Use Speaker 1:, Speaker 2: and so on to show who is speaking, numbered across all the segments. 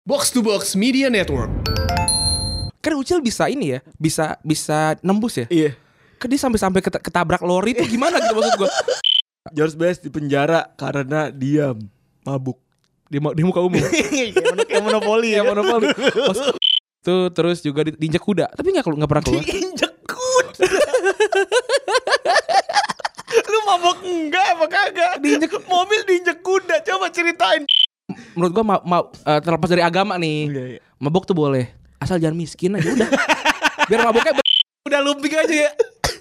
Speaker 1: Box to Box Media Network.
Speaker 2: Kan Ucil bisa ini ya, bisa nembus ya.
Speaker 3: Iya.
Speaker 2: Kan dia sampai ketabrak lori itu gimana gitu maksud gue.
Speaker 3: George Best di penjara karena diam, mabuk.
Speaker 2: Di muka umum.
Speaker 3: Kayak monopoli ya.
Speaker 2: Monopoli. Tuh terus juga diinjak kuda, tapi nggak pernah keluar.
Speaker 3: Diinjek kuda. Lu mabuk enggak apa kagak?
Speaker 2: Diinjek
Speaker 3: mobil diinjek kuda. Coba ceritain.
Speaker 2: Menurut gue terlepas dari agama nih,
Speaker 3: Iya.
Speaker 2: mabuk tuh boleh, asal jangan miskin aja udah. Biar mabuknya
Speaker 3: Udah lumping aja ya.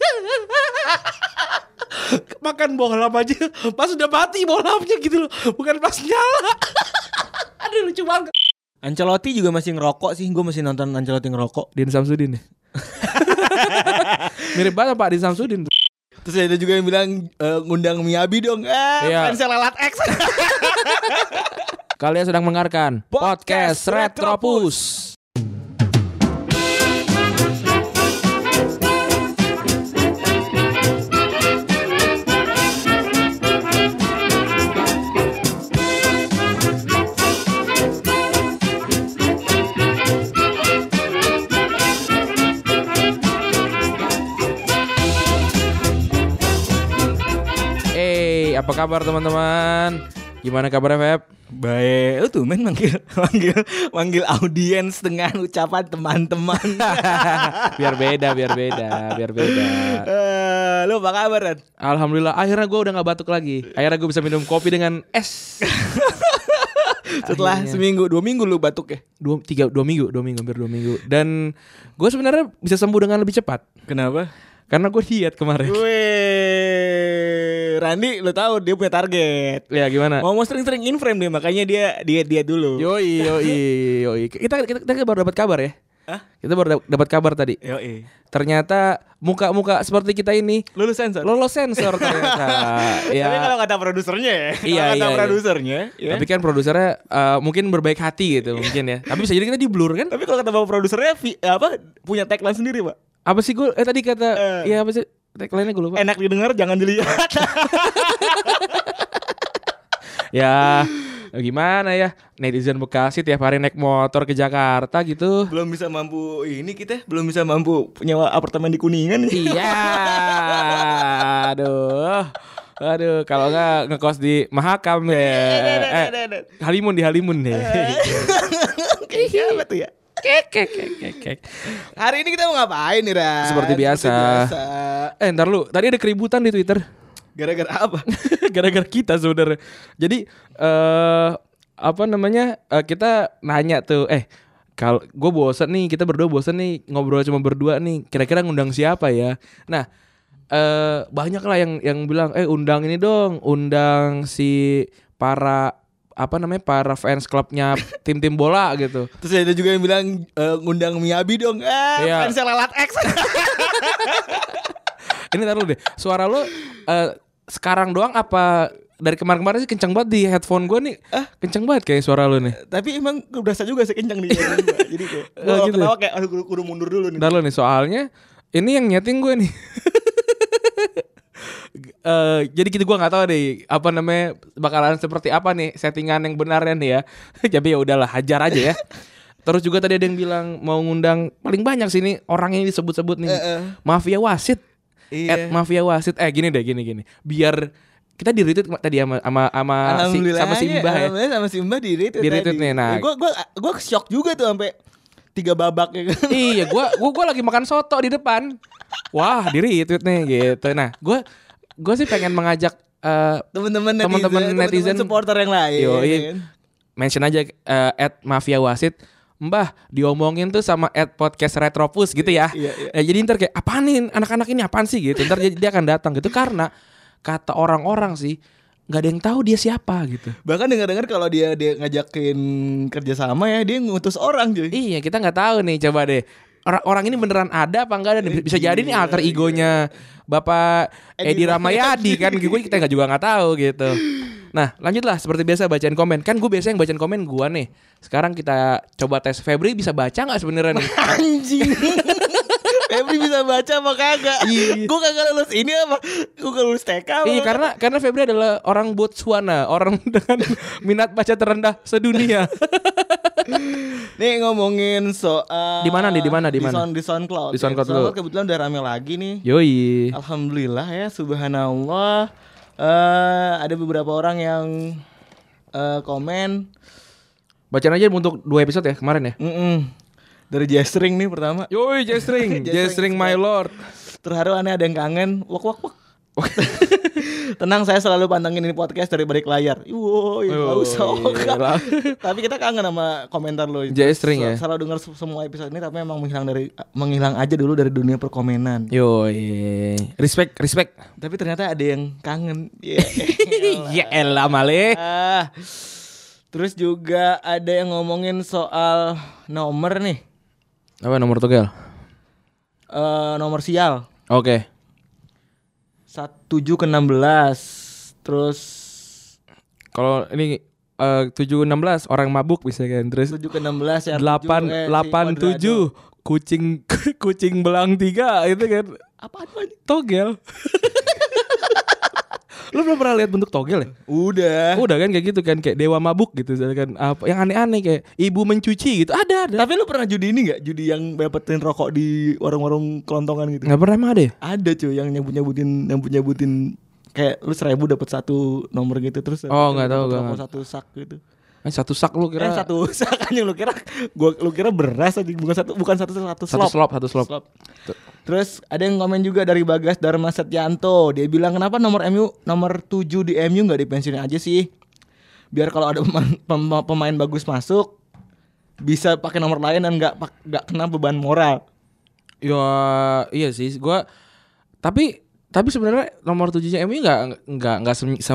Speaker 2: makan bohlam aja pas udah mati bohlamnya gitu loh, bukan pas nyala. Aduh lucu banget.
Speaker 3: Ancelotti juga masih ngerokok sih. Gue masih nonton Ancelotti ngerokok.
Speaker 2: Din Samsudin ya. Mirip banget Pak Din Samsudin.
Speaker 3: Terus ada juga yang bilang ngundang Miyabi dong.
Speaker 2: Iya.
Speaker 3: Pansel lalat X.
Speaker 2: Kalian sedang mendengarkan Podcast Retropus. Apa kabar teman-teman? Gimana kabarnya Feb?
Speaker 3: Baik, lu tuh men manggil audiens dengan ucapan teman-teman.
Speaker 2: biar beda.
Speaker 3: Lu apa kabar, Ren?
Speaker 2: Alhamdulillah, akhirnya gue udah gak batuk lagi. Akhirnya gue bisa minum kopi dengan es.
Speaker 3: Setelah seminggu, 2 minggu lu batuk ya?
Speaker 2: 2 minggu, hampir 2 minggu. Dan gue sebenarnya bisa sembuh dengan lebih cepat.
Speaker 3: Kenapa?
Speaker 2: Karena gue diet kemarin.
Speaker 3: Randi, lu tahu dia punya target.
Speaker 2: Ya gimana?
Speaker 3: Mau sering-sering in frame dia, makanya dia diet dulu.
Speaker 2: Yoi. Kita baru dapat kabar ya.
Speaker 3: Hah?
Speaker 2: Kita baru dapat kabar tadi.
Speaker 3: Yoi.
Speaker 2: Ternyata muka-muka seperti kita ini
Speaker 3: Lolos sensor
Speaker 2: ternyata. Ya.
Speaker 3: Tapi kalau kata produsernya ya.
Speaker 2: Iya.
Speaker 3: Produsernya. Ya.
Speaker 2: Tapi kan produsernya mungkin berbaik hati gitu mungkin ya. Tapi bisa jadi kita di blur kan?
Speaker 3: Tapi kalau kata bapak produsernya punya tagline sendiri, Pak.
Speaker 2: Apa sih gue tadi kata ya apa sih tagline-nya gue lupa.
Speaker 3: Enak didengar, jangan dilihat.
Speaker 2: Ya gimana ya, netizen Bekasi tiap hari naik motor ke Jakarta gitu.
Speaker 3: Belum bisa mampu nyewa apartemen di Kuningan.
Speaker 2: Iya. Aduh, kalau nggak ngekos di Mahakam ya. Halimun deh.
Speaker 3: Kayaknya apa tuh ya?
Speaker 2: Kek.
Speaker 3: Hari ini kita mau ngapain nih, Ran?
Speaker 2: Seperti biasa. Ntar lu, tadi ada keributan di Twitter.
Speaker 3: Gara-gara apa?
Speaker 2: Gara-gara kita sebenarnya. Jadi kita nanya tuh, kalau gue bosen nih, kita berdua bosen nih ngobrol cuma berdua nih, kira-kira ngundang siapa ya? Nah, banyak lah yang bilang, undang ini dong, undang si para fans klubnya tim-tim bola gitu.
Speaker 3: Terus ada juga yang bilang ngundang Miyabi dong.
Speaker 2: Iya.
Speaker 3: Pansel lalat X.
Speaker 2: Ini taruh deh, suara lo sekarang doang apa dari kemarin-kemarin sih kencang banget di headphone gue nih. Kencang banget kayak suara lo nih.
Speaker 3: Tapi emang gue berasa juga sih kencang nih. Jadi kayak gue
Speaker 2: gitu.
Speaker 3: ketawa kayak kudu mundur dulu nih.
Speaker 2: Ntar lo nih, soalnya ini yang nyeting gue nih. Jadi gitu gue nggak tahu deh bakalan seperti apa nih settingan yang benarnya nih ya. Tapi ya udahlah, hajar aja ya. Terus juga tadi ada yang bilang mau ngundang, paling banyak sih nih orang ini disebut-sebut nih, Mafia Wasit.
Speaker 3: Iya.
Speaker 2: Mafia Wasit. Gini. Biar kita di-retweet tadi sama si Mbah ya.
Speaker 3: Sama si Mbah di-retweet
Speaker 2: nih. Nah,
Speaker 3: gue shock juga tuh sampai 3 babak ya kan.
Speaker 2: Iya, gue lagi makan soto di depan. Wah, di-retweet nih gitu. Nah, gue sih pengen mengajak teman-teman netizen
Speaker 3: supporter yang lain.
Speaker 2: Kan? Mention aja @Mafia Wasit. Mbah, diomongin tuh sama @podcast Retropus gitu ya.
Speaker 3: Iya.
Speaker 2: Jadi ntar kayak apaan nih anak-anak ini apaan sih gitu. Ntar dia akan datang gitu karena kata orang-orang sih nggak ada yang tahu dia siapa gitu.
Speaker 3: Bahkan dengar-dengar kalau dia ngajakin kerjasama ya, dia ngutus orang cuy.
Speaker 2: Iya, kita nggak tahu nih, coba deh. Orang ini beneran ada apa enggak, dan bisa jadi nih alter egonya Bapak Edi Ramayadi kan, kita juga nggak tahu gitu. Nah, lanjutlah seperti biasa bacain komen. Kan gue biasa yang bacain komen gue nih. Sekarang kita coba tes Febri bisa baca nggak sebenarnya nih?
Speaker 3: Anjing. Febri bisa baca apa kagak?
Speaker 2: Iya.
Speaker 3: Gue kagak lulus ini apa? Gue kagak lulus TK apa?
Speaker 2: Iya karena Febri adalah orang Botswana, orang dengan minat baca terendah sedunia.
Speaker 3: Nih ngomongin soal
Speaker 2: Di mana nih? Di mana?
Speaker 3: Di SoundCloud.
Speaker 2: Di SoundCloud dulu.
Speaker 3: Kebetulan udah rame lagi nih.
Speaker 2: Yoi.
Speaker 3: Alhamdulillah ya, subhanallah. Ada beberapa orang yang komen.
Speaker 2: Bacaan aja untuk 2 episode ya kemarin ya.
Speaker 3: Dari Jestring nih pertama.
Speaker 2: Yoi Jestring, Jestring my lord.
Speaker 3: Terharu aneh ada yang kangen. Wak. Tenang, saya selalu pantengin ini podcast dari balik layar. Wow, ya usah. Tapi kita kangen sama komentar lo.
Speaker 2: Jestring ya.
Speaker 3: Selalu dengar semua episode ini, tapi memang menghilang aja dulu dari dunia perkomenan.
Speaker 2: Yoi. Respect.
Speaker 3: Tapi ternyata ada yang kangen.
Speaker 2: Ya elah Male.
Speaker 3: Terus juga ada yang ngomongin soal nomor nih.
Speaker 2: Apa nomor togel?
Speaker 3: Nomor sial.
Speaker 2: Oke.
Speaker 3: 7 ke 16. Terus
Speaker 2: kalau ini 7-16 orang mabuk bisa kan. Terus
Speaker 3: 7 ke 16 ya.
Speaker 2: 8-7 kucing belang 3 itu kan.
Speaker 3: Apaan?
Speaker 2: Togel. Lu belum pernah lihat bentuk togel ya? Udah kan kayak gitu kan, kayak dewa mabuk gitu kan. Apa yang aneh-aneh kayak ibu mencuci gitu. Ada.
Speaker 3: Tapi lu pernah judi ini enggak? Judi yang dapetin rokok di warung-warung kelontongan gitu.
Speaker 2: Enggak pernah emang ada ya?
Speaker 3: Ada cuy yang nyebut-nyebutin kayak lu 1.000 dapat satu nomor gitu terus.
Speaker 2: Oh, enggak tahu
Speaker 3: rokok
Speaker 2: enggak.
Speaker 3: Satu sak gitu.
Speaker 2: Satu sak lu kira.
Speaker 3: Satu sak kan yang lu kira beras aja, bukan satu slop. Terus ada yang komen juga dari Bagas Dharma Setyanto. Dia bilang kenapa nomor 7 di MU enggak dipensiunin aja sih? Biar kalau ada pemain bagus masuk bisa pakai nomor lain dan enggak kena beban moral.
Speaker 2: Ya iya sih, gua tapi sebenarnya nomor 7-nya MU enggak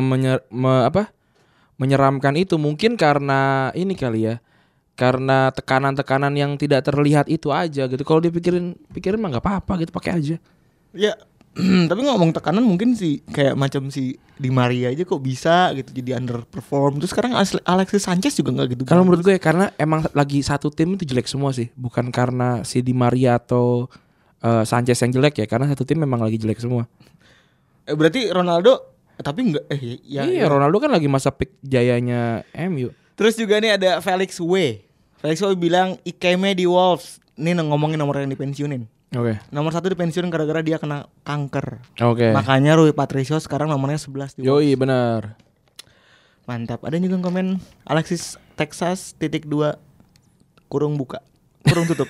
Speaker 2: menyeramkan itu, mungkin karena ini kali ya. Karena tekanan-tekanan yang tidak terlihat itu aja gitu. Kalau dipikirin mah enggak apa-apa gitu, pakai aja.
Speaker 3: Ya, tapi ngomong tekanan mungkin sih kayak macam si Di Maria aja kok bisa gitu jadi underperform. Terus sekarang Alexis Sanchez juga enggak gitu.
Speaker 2: Kalau menurut gue karena emang lagi satu tim itu jelek semua sih, bukan karena si Di Maria atau Sanchez yang jelek ya, karena satu tim memang lagi jelek semua.
Speaker 3: Berarti Ronaldo tapi enggak
Speaker 2: iya, Ronaldo kan lagi masa peak jayanya MU.
Speaker 3: Terus juga nih ada Felix W bilang Ikeme di Wolves. Ini ngomongin nomor yang dipensiunin.
Speaker 2: Oke.
Speaker 3: Nomor 1 dipensiunin gara-gara dia kena kanker.
Speaker 2: Oke.
Speaker 3: Makanya Rui Patricio sekarang nomornya 11 di Wolves.
Speaker 2: Yoi benar.
Speaker 3: Mantap. Ada juga yang komen Alexis Texas .2 kurung tutup.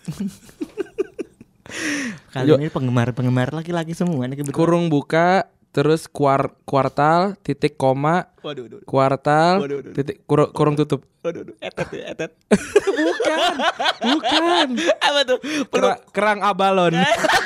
Speaker 3: Kali ini penggemar laki-laki semua nih kebetulan.
Speaker 2: Kurung buka terus kuartal titik koma.
Speaker 3: Waduh.
Speaker 2: Kuartal titik kurung tutup.
Speaker 3: Waduh. Etet.
Speaker 2: Bukan.
Speaker 3: Apa tuh?
Speaker 2: Kerang abalon.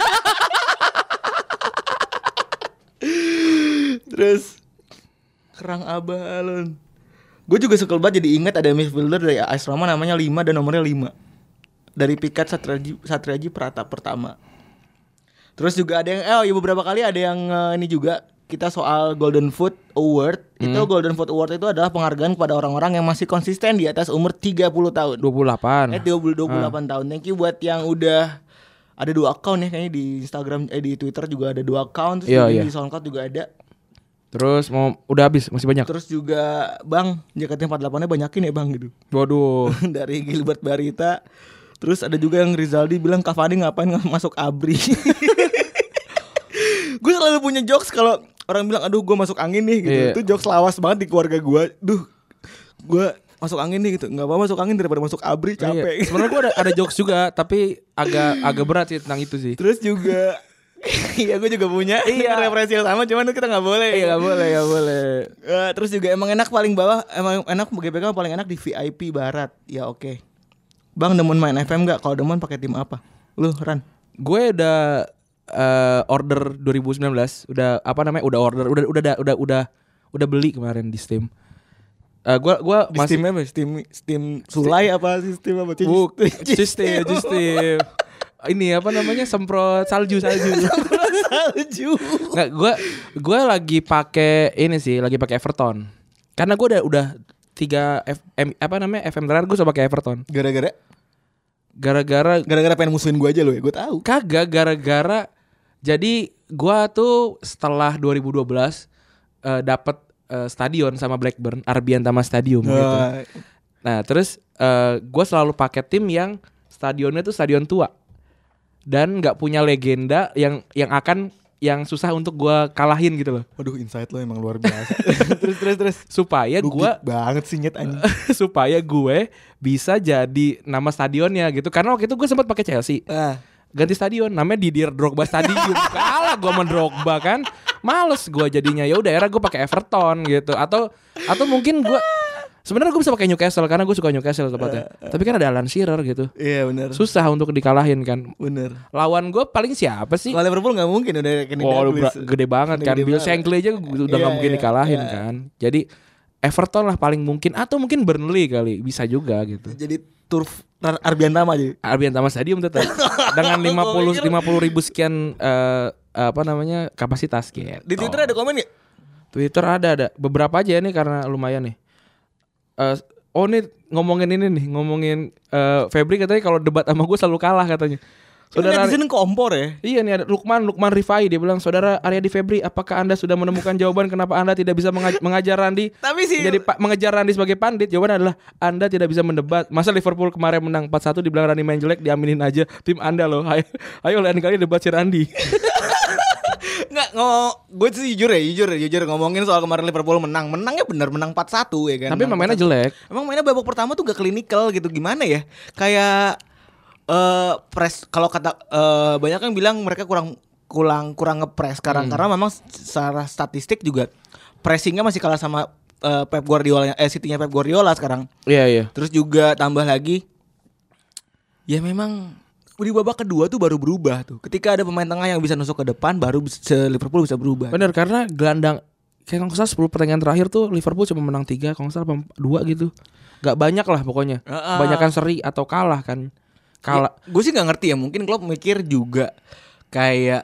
Speaker 3: Terus kerang abalon. Gue juga sekel banget jadi ingat ada midfielder dari AS Roma namanya 5 dan nomornya 5. Dari Pikat Satriaji Pratap pertama. Terus juga ada yang beberapa kali ada yang ini juga kita soal Golden Foot Award. Itu Golden Foot Award itu adalah penghargaan kepada orang-orang yang masih konsisten di atas umur 30 tahun.
Speaker 2: 28
Speaker 3: tahun. Thank you buat yang udah ada 2 account ya kayaknya di Instagram, di Twitter juga ada 2 account. Terus di SoundCloud juga ada.
Speaker 2: Terus udah habis, masih banyak.
Speaker 3: Terus juga Bang, JKT48-nya banyakin ya Bang gitu.
Speaker 2: Waduh.
Speaker 3: Dari Gilbert Barita. Terus ada juga yang Rizaldi bilang Cavani ngapain masuk ABRI. Gue selalu punya jokes kalau orang bilang aduh gue masuk angin nih gitu. Itu jokes lawas banget di keluarga gue. Gue masuk angin nih gitu. Enggak apa masuk angin daripada masuk ABRI, capek.
Speaker 2: Sebenarnya gue ada jokes juga tapi agak berat sih tentang itu sih.
Speaker 3: Terus juga iya gue juga punya referensi yang sama cuman kita gak boleh.
Speaker 2: Iya gak boleh.
Speaker 3: Terus juga emang enak paling bawah. Emang enak GPK paling enak di VIP Barat. Ya oke. Bang demen main FM gak? Kalau demen pakai tim apa? Lu Ran?
Speaker 2: Gue udah order 2019. Udah order. Udah beli kemarin di Steam. Gua
Speaker 3: di
Speaker 2: masih
Speaker 3: Steam apa? Steam Sulai apa sistem apa?
Speaker 2: Sistem. Ini apa namanya? Semprot salju.
Speaker 3: Semprot salju.
Speaker 2: Nggak, gue lagi pakai ini sih, lagi pakai Everton. Karena gue udah 3 FM terakhir gue suka pakai Everton.
Speaker 3: Gara-gara
Speaker 2: Gara-gara
Speaker 3: pengen musuhin gue aja lo ya, gue tahu.
Speaker 2: kagak, gara-gara jadi gua tuh setelah 2012 dapat stadion sama Blackburn, Arbian Tama Stadium gitu. Nah, terus gua selalu pakai tim yang stadionnya tuh stadion tua dan nggak punya legenda yang susah untuk gua kalahin gitu loh.
Speaker 3: Waduh, insight lo emang luar biasa. terus.
Speaker 2: Supaya gua
Speaker 3: banget sih nyet anjing.
Speaker 2: supaya gue bisa jadi nama stadionnya gitu. Karena waktu itu gue sempat pakai Chelsea. Ganti stadion namanya Didier Drogba Stadium. Kalah gue sama Drogba kan. Males gue jadinya. Ya udah era gue pakai Everton gitu. Atau mungkin gue sebenarnya gue bisa pakai Newcastle karena gue suka Newcastle tepatnya. Tapi kan ada Alan Shearer gitu.
Speaker 3: Iya benar.
Speaker 2: Susah untuk dikalahin kan.
Speaker 3: Bener.
Speaker 2: Lawan gue paling siapa sih?
Speaker 3: Kalau Liverpool nggak mungkin udah kayak
Speaker 2: Gede banget kan. Bill Shankly aja udah nggak mungkin dikalahin kan. Jadi Everton lah paling mungkin. Atau mungkin Burnley kali. Bisa juga gitu.
Speaker 3: Jadi turf Arbian Tama aja.
Speaker 2: Arbian Tama Stadium tetap dengan 50 ribu sekian kapasitas gitu.
Speaker 3: Di Twitter ada komen nggak?
Speaker 2: Twitter ada beberapa aja nih karena lumayan nih. Nih ngomongin Febri katanya kalau debat sama gue selalu kalah katanya.
Speaker 3: Saudara netizen kompor ya.
Speaker 2: Iya nih ada Lukman Rifai, dia bilang, "Saudara Aryadi Febri, apakah Anda sudah menemukan jawaban kenapa Anda tidak bisa mengajar Randi?"
Speaker 3: Tapi sih
Speaker 2: mengejar Randi sebagai pandit. Jawabannya adalah Anda tidak bisa mendebat. Masa Liverpool kemarin menang 4-1 dibilang Randi main jelek, diaminin aja tim Anda loh. Ayo lain kali debat si Randi.
Speaker 3: Nggak, gue sih jujur ngomongin soal kemarin Liverpool menangnya benar menang 4-1 ya kan.
Speaker 2: Tapi mainnya jelek.
Speaker 3: Emang mainnya babak pertama tuh gak klinikal gitu, gimana ya? Kayak press, kalau kata banyak yang bilang mereka kurang nge-press sekarang karena memang secara statistik juga pressingnya masih kalah sama Pep Guardiola, City-nya Pep Guardiola sekarang.
Speaker 2: Iya.
Speaker 3: Terus juga tambah lagi ya memang di babak kedua tuh baru berubah tuh. Ketika ada pemain tengah yang bisa nusuk ke depan, baru Liverpool bisa berubah.
Speaker 2: Bener, karena gelandang kayak kalau nggak salah 10 pertandingan terakhir tuh Liverpool cuma menang 3, kalau nggak salah 2 gitu. Gak banyak lah pokoknya. Kebanyakan seri atau kalah kan.
Speaker 3: Ya, gue sih nggak ngerti ya, mungkin Klopp mikir juga kayak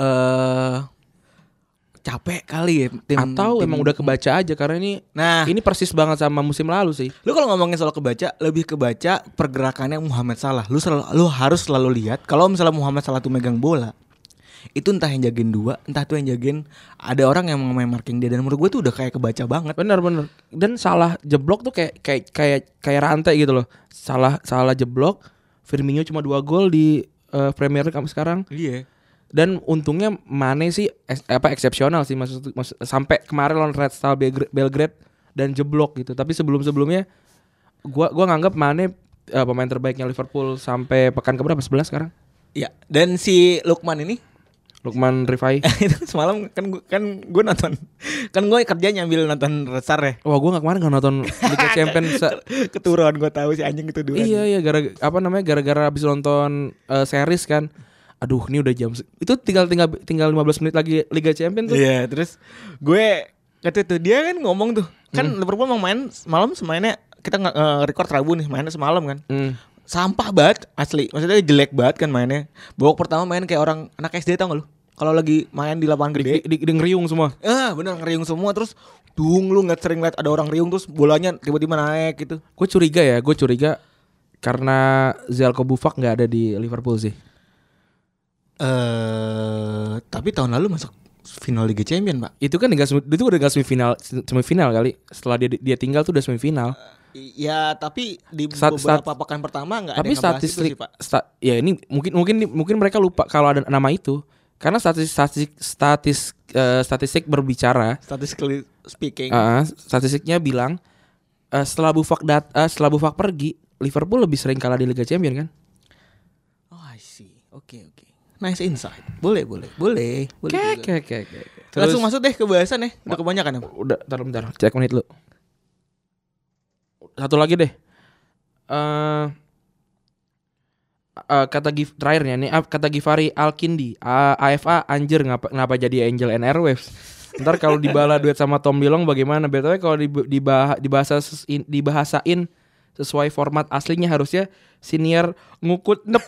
Speaker 3: capek kali ya tim,
Speaker 2: atau emang udah kebaca aja karena ini persis banget sama musim lalu sih.
Speaker 3: Lu kalau ngomongin soal lebih kebaca pergerakannya Muhammad Salah. Lu harus selalu lihat kalau misalnya Muhammad Salah tuh megang bola, itu entah yang jagain 2, entah tuh yang jagain ada orang yang main marking dia, dan menurut gue tuh udah kayak kebaca banget.
Speaker 2: Bener. Dan Salah jeblok tuh kayak rantai gitu loh. Salah jeblok, Firmino cuma 2 gol di Premier League sekarang.
Speaker 3: Iya.
Speaker 2: Dan untungnya Mane sih eksepsional sih, maksud sampai kemarin lawan Red Star Belgrade dan jeblok gitu. Tapi sebelumnya gua nganggap Mane pemain terbaiknya Liverpool sampai pekan keberapa? 11 sekarang.
Speaker 3: Iya. Dan si Lukman
Speaker 2: Rifai
Speaker 3: semalam kan gue nonton, kan gue kerja nyambil nonton Red Star ya.
Speaker 2: Wah, gue kemarin nggak nonton Liga Champions.
Speaker 3: Keturun, gue tahu si anjing itu dua.
Speaker 2: Iya, gara-gara habis nonton series kan. Aduh, ini udah jam itu tinggal 15 menit lagi Liga Champions tuh.
Speaker 3: Iya, terus gue kata tuh dia kan ngomong tuh, kan Liverpool mau main semalam, semainnya kita record Rabu nih, mainnya semalam kan. Sampah banget asli, maksudnya jelek banget kan mainnya. Babak pertama main kayak orang anak SD, tau gak lu? Kalau lagi main di lapangan gede
Speaker 2: di ngeriung semua.
Speaker 3: Bener ngeriung semua. Terus lu sering liat ada orang riung terus bolanya tiba-tiba naik gitu.
Speaker 2: Gue curiga karena Zeljko Buffak gak ada di Liverpool sih.
Speaker 3: Tapi tahun lalu masuk final Liga Champions, Pak.
Speaker 2: Itu kan udah semifinal kali. Setelah dia tinggal tuh udah semifinal.
Speaker 3: Ya, tapi di beberapa pekan pertama nggak ada yang ngebahas itu sih, Pak.
Speaker 2: Ya ini mungkin mereka lupa kalau ada nama itu. Karena statistik berbicara.
Speaker 3: Statistically speaking.
Speaker 2: Statistiknya bilang setelah Buffak pergi, Liverpool lebih sering kalah di Liga Champions kan?
Speaker 3: Oh, I see. Oke. Nice insight. Boleh.
Speaker 2: Oke.
Speaker 3: Langsung masuk deh ke bahasan ya. Udah kebanyakan ya?
Speaker 2: Udah, bentar. Cek menit lu. Satu lagi deh. Terakhirnya nih, kata Givari Alkindi, AFA anjir ngapa jadi Angel and Airwaves. Ntar kalau dibala duet sama Tom Bilong bagaimana? BTW kalau dibahasain sesuai format aslinya harusnya senior ngukut nep.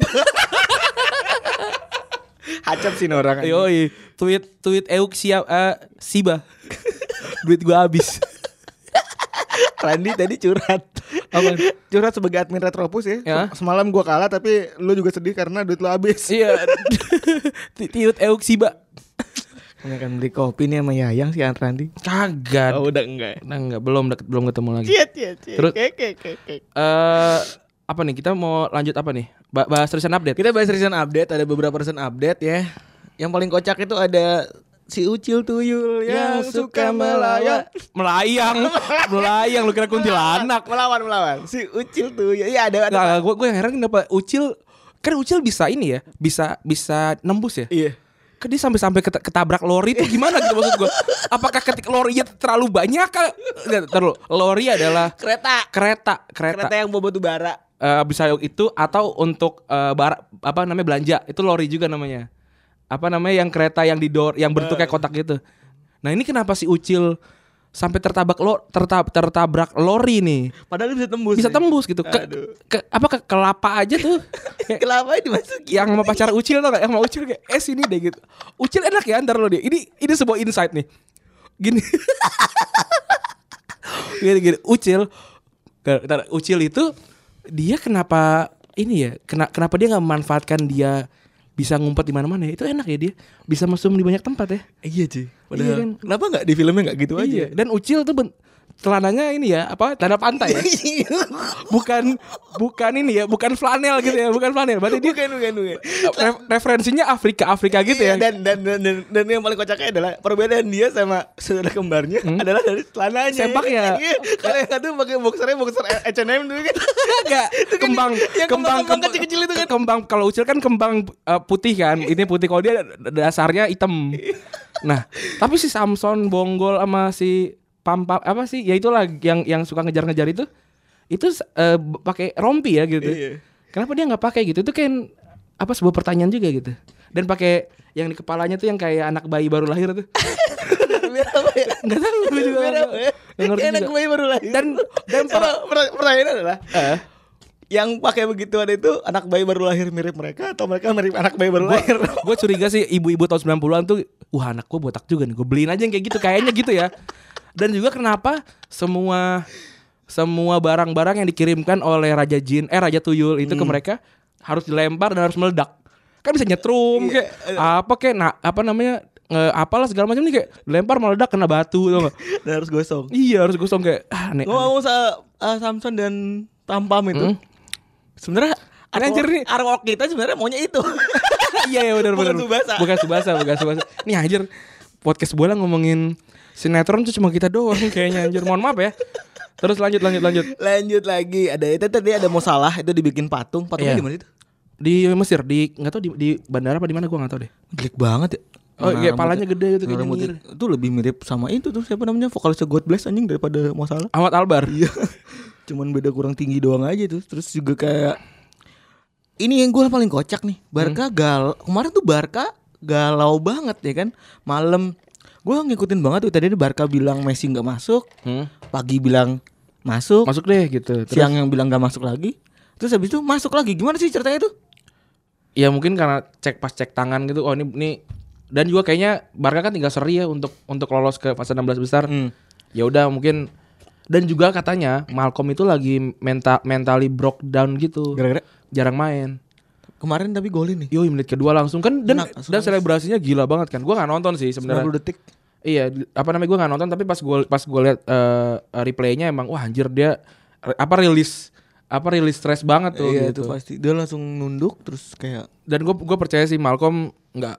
Speaker 3: Hacap sih orang.
Speaker 2: Yoi, tweet Euk Siba. Duit gua habis.
Speaker 3: Randy tadi curhat.
Speaker 2: Apa?
Speaker 3: Curhat sebagai admin Retropus ya.
Speaker 2: Ya.
Speaker 3: Semalam gua kalah tapi lu juga sedih karena duit lu habis.
Speaker 2: Iya. Tiut Euxiba.
Speaker 3: Ini akan beli kopi nih sama Yayang si Randy.
Speaker 2: Kagak.
Speaker 3: Udah enggak.
Speaker 2: Nah, enggak, belum ketemu lagi.
Speaker 3: Cie.
Speaker 2: Terus
Speaker 3: Oke.
Speaker 2: apa nih? Kita mau lanjut apa nih? Bahas recent update.
Speaker 3: Kita bahas recent update, ada beberapa recent update ya. Yang paling kocak itu ada si Ucil Tuyul yang suka melayang.
Speaker 2: Melayang lu kira kuntilanak.
Speaker 3: Melawan. Si Ucil Tuyul. Iya ada.
Speaker 2: Nah, gue yang heran kenapa Ucil bisa ini ya, bisa nembus ya.
Speaker 3: Iya.
Speaker 2: Kan dia sampai ketabrak lori itu gimana gitu maksud gue? Apakah ketika lorinya terlalu banyak kan? Terus lori adalah kereta
Speaker 3: yang bawa batu bara.
Speaker 2: Bisa itu atau untuk belanja itu lori juga namanya. Apa namanya yang kereta yang yang bentuknya kotak gitu. Nah ini kenapa si Ucil sampai tertabrak lori nih?
Speaker 3: Padahal bisa tembus.
Speaker 2: Bisa tembus gitu. Ke kelapa aja tuh.
Speaker 3: Kelapa dimasukin.
Speaker 2: Yang sama pacar Ucil tau gak? Yang sama Ucil kayak sini deh gitu. Ucil enak ya ntar lo dia. Ini sebuah insight nih. Gini. gini. Ucil itu dia kenapa ini ya? Kenapa dia nggak memanfaatkan dia bisa ngumpet di mana-mana? Itu enak ya dia. Bisa mesum di banyak tempat ya.
Speaker 3: Iya sih. Padahal
Speaker 2: Iya kan?
Speaker 3: kenapa nggak di filmnya nggak gitu aja?
Speaker 2: Dan Ucil tuh celananya ini ya tanda pantai ya. bukan ini ya, bukan flanel gitu ya, bukan flanel. Berarti dia
Speaker 3: Bukan.
Speaker 2: referensinya Afrika gitu ya.
Speaker 3: Dan yang paling kocaknya adalah perbedaan dia sama saudara kembarnya adalah dari celananya.
Speaker 2: Sempaknya.
Speaker 3: Iya. Kalau yang satu pakai boxer H&M dulu kan.
Speaker 2: Enggak, kembang
Speaker 3: kecil-kecil itu kan.
Speaker 2: Kembang kalau Ucil kan kembang putih kan. Ini putih, kalau dia dasarnya hitam. Nah, tapi si Samson Bonggol sama si Pampa apa sih? Ya itulah yang suka ngejar-ngejar itu pakai rompi ya gitu.
Speaker 3: Iya.
Speaker 2: Kenapa dia nggak pakai gitu? Itu kan sebuah pertanyaan juga gitu. Dan pakai yang di kepalanya tuh yang kayak anak bayi baru lahir tuh.
Speaker 3: Biar apa ya?
Speaker 2: Enggak tahu gue juga.
Speaker 3: Biar apa ya? Kayak anak bayi baru lahir.
Speaker 2: Dan
Speaker 3: pertanyaan adalah yang pakai begituan itu anak bayi baru lahir mirip mereka atau mereka mirip anak bayi baru lahir?
Speaker 2: Gue curiga sih ibu-ibu tahun 90-an tuh, wah anak gue botak juga nih, gue beliin aja yang kayak gitu, kayaknya gitu ya. Dan juga kenapa semua barang-barang yang dikirimkan oleh Raja Tuyul itu ke mereka harus dilempar dan harus meledak. Kan bisa nyetrum kayak apalah segala macam nih, kayak dilempar meledak kena batu tuh.
Speaker 3: Dan harus gosong.
Speaker 2: Iya, harus gosong kayak aneh.
Speaker 3: Ngomong Samson dan Tampam itu. Sebenarnya artwork kita sebenarnya maunya itu.
Speaker 2: Iya benar. Bukan Subasa. Nih anjir, podcast bola ngomongin sinetron tuh cuma kita doang kayaknya anjir. Mohon maaf ya. Terus lanjut.
Speaker 3: Lanjut lagi. Ada itu tadi ada Mosalah itu dibikin patung. Patungnya di mana itu?
Speaker 2: Di Mesir, enggak tahu di bandara apa di mana gua enggak tahu deh.
Speaker 3: Jelek banget ya.
Speaker 2: Oh iya, palanya gede gitu kayak
Speaker 3: nyengir. Itu lebih mirip sama itu tuh siapa namanya vokalisnya God Bless anjing daripada Mosalah.
Speaker 2: Ahmad Albar.
Speaker 3: Iya. Cuman beda kurang tinggi doang aja tuh. Terus juga kayak ini yang gue paling kocak nih. Kemarin tuh Barca galau banget ya kan. Malam gue ngikutin banget tuh, tadi Barca bilang Messi nggak masuk, pagi bilang masuk
Speaker 2: deh gitu. Terus
Speaker 3: siang yang bilang nggak masuk lagi, terus habis itu masuk lagi. Gimana sih ceritanya tuh?
Speaker 2: Ya mungkin karena cek tangan gitu. Oh ini dan juga kayaknya Barca kan tinggal seri ya untuk lolos ke fase 16 besar. Ya udah mungkin. Dan juga katanya Malcolm itu lagi mentally broke down gitu.
Speaker 3: Gara-gara
Speaker 2: jarang main.
Speaker 3: Kemarin tapi golin nih.
Speaker 2: Yoi, menit kedua langsung kan dan selebrasinya gila banget kan. Gua enggak nonton sih sebenarnya.
Speaker 3: 90 detik.
Speaker 2: Iya, gue enggak nonton, tapi pas gue lihat replaynya emang wah anjir dia rilis stres banget tuh gitu.
Speaker 3: Itu pasti. Dia langsung nunduk terus kayak.
Speaker 2: Dan gue percaya sih Malcolm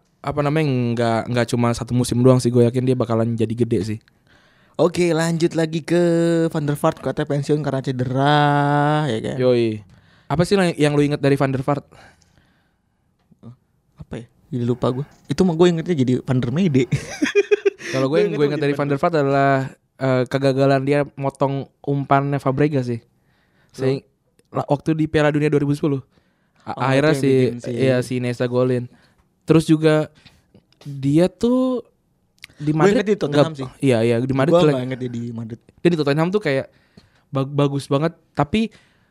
Speaker 2: enggak cuma satu musim doang sih, gue yakin dia bakalan jadi gede sih.
Speaker 3: Oke, lanjut lagi ke Van der Vaart, katanya pensiun karena cedera, ya kan?
Speaker 2: Yoi. Apa sih yang lu inget dari Van der Vaart?
Speaker 3: Apa ya? Jadi lupa gue. Itu mah gue ingetnya jadi Van der Mede.
Speaker 2: Kalau gue inget dari Van der Vaart adalah kegagalan dia motong umpannya Fabregas sih. Waktu di Piala Dunia 2010. Akhirnya si Iniesta golin. Terus juga dia tuh di Madrid
Speaker 3: di Tottenham sih.
Speaker 2: Iya di Madrid.
Speaker 3: Gue gak inget dia di Madrid.
Speaker 2: Dia di Tottenham tuh kayak bagus banget, tapi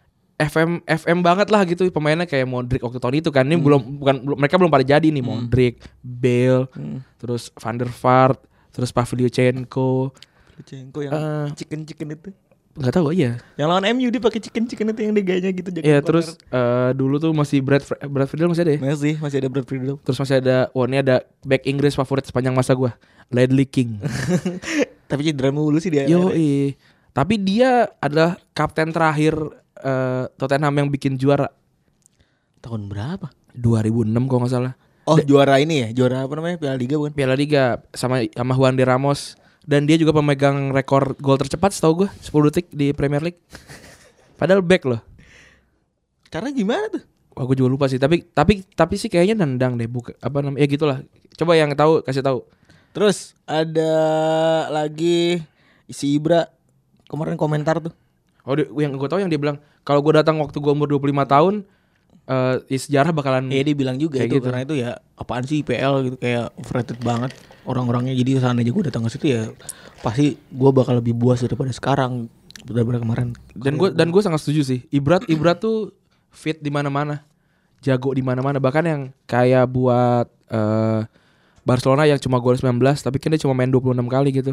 Speaker 2: FM banget lah gitu pemainnya, kayak Modric waktu tahun itu kan. Ini mereka belum pada jadi nih. Modric, Bale, terus Van der Vaart, terus Pavlyuchenko
Speaker 3: yang chicken itu.
Speaker 2: Nggak tahu iya.
Speaker 3: Yang lawan MU dia pakai chicken itu yang deganya gitu.
Speaker 2: Iya terus dulu tuh masih Brad Friedel masih ada ya?
Speaker 3: masih ada Brad Friedel.
Speaker 2: Terus masih ada, ini ada back Inggris favorit sepanjang masa gue, Ledley King.
Speaker 3: Tapi cedera mulu sih dia.
Speaker 2: Tapi dia adalah kapten terakhir Tottenham yang bikin juara.
Speaker 3: Tahun berapa?
Speaker 2: 2006 kalau nggak salah.
Speaker 3: Oh juara ini ya? Juara apa namanya? Piala Liga bukan?
Speaker 2: Piala Liga sama Juan de Ramos. Dan dia juga pemegang rekor gol tercepat setahu gue, 10 detik di Premier League. Padahal back loh.
Speaker 3: Karena gimana tuh?
Speaker 2: Wah gue juga lupa sih. Tapi sih kayaknya nendang deh, apa namanya? Ya gitulah. Coba yang tahu kasih tahu.
Speaker 3: Terus ada lagi si Ibra kemarin komentar tuh.
Speaker 2: Oh yang gue tahu yang dia bilang kalau gue datang waktu gue umur 25 tahun, sejarah bakalan.
Speaker 3: Dia bilang juga itu
Speaker 2: gitu.
Speaker 3: karena itu ya apaan sih IPL gitu, kayak overrated banget orang-orangnya. Jadi seandainya gue datang ke situ ya pasti gue bakal lebih buas daripada sekarang, daripada kemarin.
Speaker 2: Dan gue sangat setuju sih. Ibra tuh fit di mana-mana, jago di mana-mana. Bahkan yang kayak buat Barcelona yang cuma gol 19 tapi kan dia cuma main 26 kali gitu.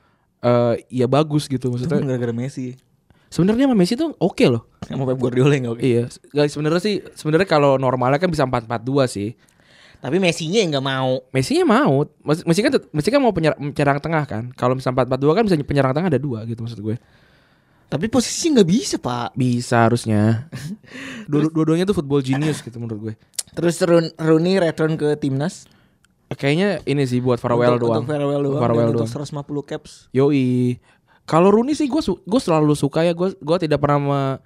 Speaker 2: Ya bagus gitu maksudnya.
Speaker 3: Gara-gara Messi.
Speaker 2: Sebenarnya sama Messi tuh oke loh.
Speaker 3: Sama Pep Guardiola enggak oke.
Speaker 2: Iya, guys sebenarnya kalau normalnya kan bisa 4-4-2 sih.
Speaker 3: Tapi Messi-nya yang enggak mau.
Speaker 2: Messi-nya mau. Messi kan mau penyerang tengah kan. Kalau misalnya 4-4-2 kan bisa penyerang tengah ada 2 gitu maksud gue.
Speaker 3: Tapi posisinya enggak bisa, Pak.
Speaker 2: Bisa harusnya. Dua-duanya tuh football genius gitu menurut gue.
Speaker 3: Terus Rooney return ke timnas.
Speaker 2: Kayaknya ini sih buat farewell doang.
Speaker 3: Untuk farewell doang.
Speaker 2: Farewell
Speaker 3: untuk
Speaker 2: doang.
Speaker 3: 150 caps.
Speaker 2: Yoi. Kalau Rooney sih gue selalu suka ya. Gue tidak pernah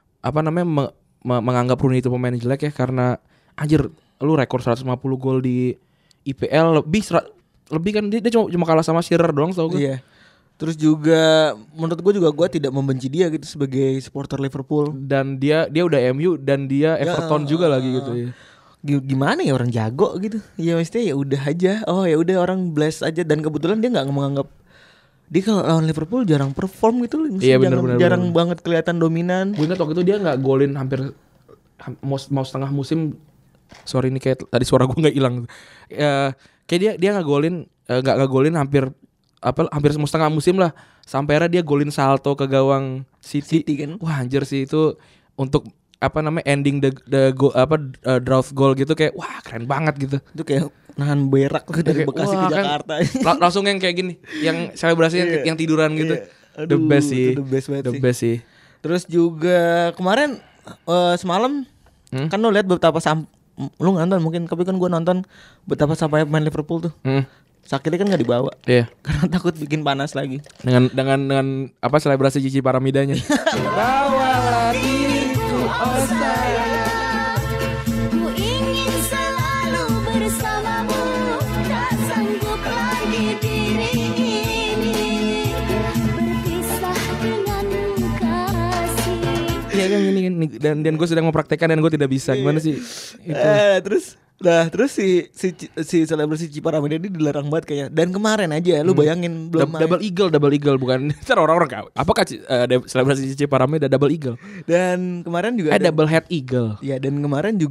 Speaker 2: menganggap Rooney itu pemain jelek ya, karena anjir lu rekor 150 gol di IPL lebih kan dia cuma kalah sama Shearer doang tau gue.
Speaker 3: Iya. Terus juga menurut gue tidak membenci dia gitu sebagai supporter Liverpool.
Speaker 2: Dan dia udah MU dan dia Everton juga lagi gitu ya.
Speaker 3: Gimana ya orang jago gitu. Ya mestinya ya udah aja. Oh ya udah orang bless aja, dan kebetulan dia enggak menganggap dia kalau lawan Liverpool jarang perform gitu loh.
Speaker 2: Iya,
Speaker 3: jarang banget kelihatan dominan.
Speaker 2: Gue ingat waktu itu dia nggak golin hampir mau setengah musim. Sorry ini kayak tadi suara gue nggak hilang. Kayak dia nggak golin hampir mau setengah musim lah. Sampai akhirnya dia golin salto ke gawang City
Speaker 3: kan.
Speaker 2: Wah anjir sih itu untuk ending drought goal gitu, kayak wah keren banget gitu.
Speaker 3: Itu kayak nahan berak dari Bekasi ke Jakarta.
Speaker 2: Kan, langsung yang kayak gini, yang selebrasinya yang tiduran gitu.
Speaker 3: Aduh, the best sih. Terus juga kemarin semalam kan lo lihat betapa lu nonton mungkin, tapi kan gue nonton betapa sampai main Liverpool tuh. Sakitnya kan nggak dibawa.
Speaker 2: Iya.
Speaker 3: Karena takut bikin panas lagi.
Speaker 2: Dengan selebrasi Cici Paramidanya. Bawalah diriku oh sayang,
Speaker 4: ku ingin selalu bersamamu, tak sanggup lagi diri ini berpisah denganmu kasih.
Speaker 2: Iya kan gini dan gue sedang mempraktekkan dan gue tidak bisa. Gimana sih itu?
Speaker 3: Terus si selebrasi Ciparamida ini dilarang banget kayaknya. Dan kemarin aja lu bayangin belum
Speaker 2: double eagle bukan. Cara orang-orang apakah selebrasi Ciparamida double eagle?
Speaker 3: Dan kemarin juga
Speaker 2: double head eagle.
Speaker 3: Ya, dan kemarin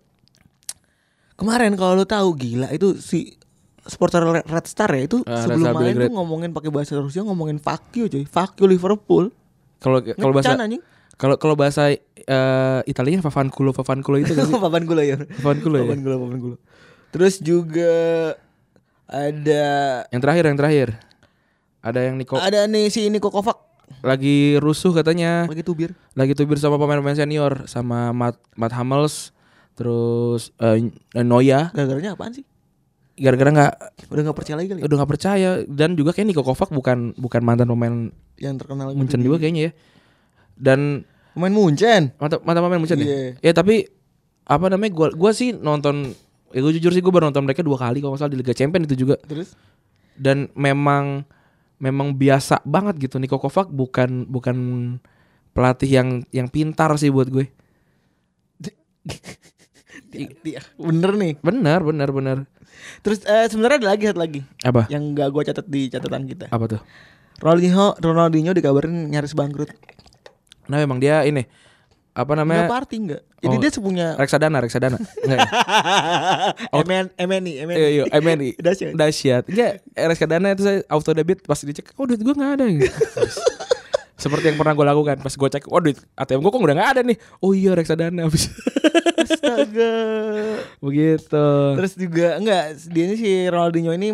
Speaker 3: kalau lu tahu gila itu si supporter Red Star ya itu sebelum main tuh ngomongin pakai bahasa Rusia, ngomongin fuck you cuy. Fuck you Liverpool. Kalau bahasa Kalau bahasa Italianya Favanculo itu kan sih? Favanculo ya.
Speaker 2: Favanculo.
Speaker 3: Terus juga ada
Speaker 2: yang terakhir. Ada
Speaker 3: si Niko Kovac
Speaker 2: lagi rusuh katanya.
Speaker 3: Lagi tubir
Speaker 2: sama pemain-pemain senior, sama Matt Hummels, terus Neuer.
Speaker 3: Gara-garanya apaan sih?
Speaker 2: Gara-gara
Speaker 3: udah nggak percaya lagi kali.
Speaker 2: Udah nggak percaya, dan juga kayak Niko Kovac bukan mantan pemain
Speaker 3: yang terkenal
Speaker 2: Munchen juga kayaknya ya. Dan
Speaker 3: pemain Munchen.
Speaker 2: Mantap pemain Munchen ya. Ya tapi gua sih nonton, gue jujur sih gue baru nonton mereka 2 kali kalau nggak salah di Liga Champions itu juga.
Speaker 3: Terus?
Speaker 2: Dan memang biasa banget gitu. Niko Kovac bukan pelatih yang pintar sih buat gue.
Speaker 3: Bener nih.
Speaker 2: Bener.
Speaker 3: Terus sebenarnya ada satu lagi.
Speaker 2: Apa?
Speaker 3: Yang nggak gue catat di catatan kita.
Speaker 2: Apa tuh?
Speaker 3: Ronaldinho dikabarin nyaris bangkrut.
Speaker 2: Nah memang dia ini
Speaker 3: Enggak party enggak. Jadi dia punya
Speaker 2: reksadana. Enggak. MNI. Dahsyat. Enggak, reksadana itu saya auto debit pas dicek, duit gue enggak ada gitu. Seperti yang pernah gue lakukan. Pas gue cek, waduh ATM gue kok udah gak ada nih. Oh iya reksadana habis.
Speaker 3: Astaga.
Speaker 2: Begitu.
Speaker 3: Terus juga dia ini si Ronaldinho ini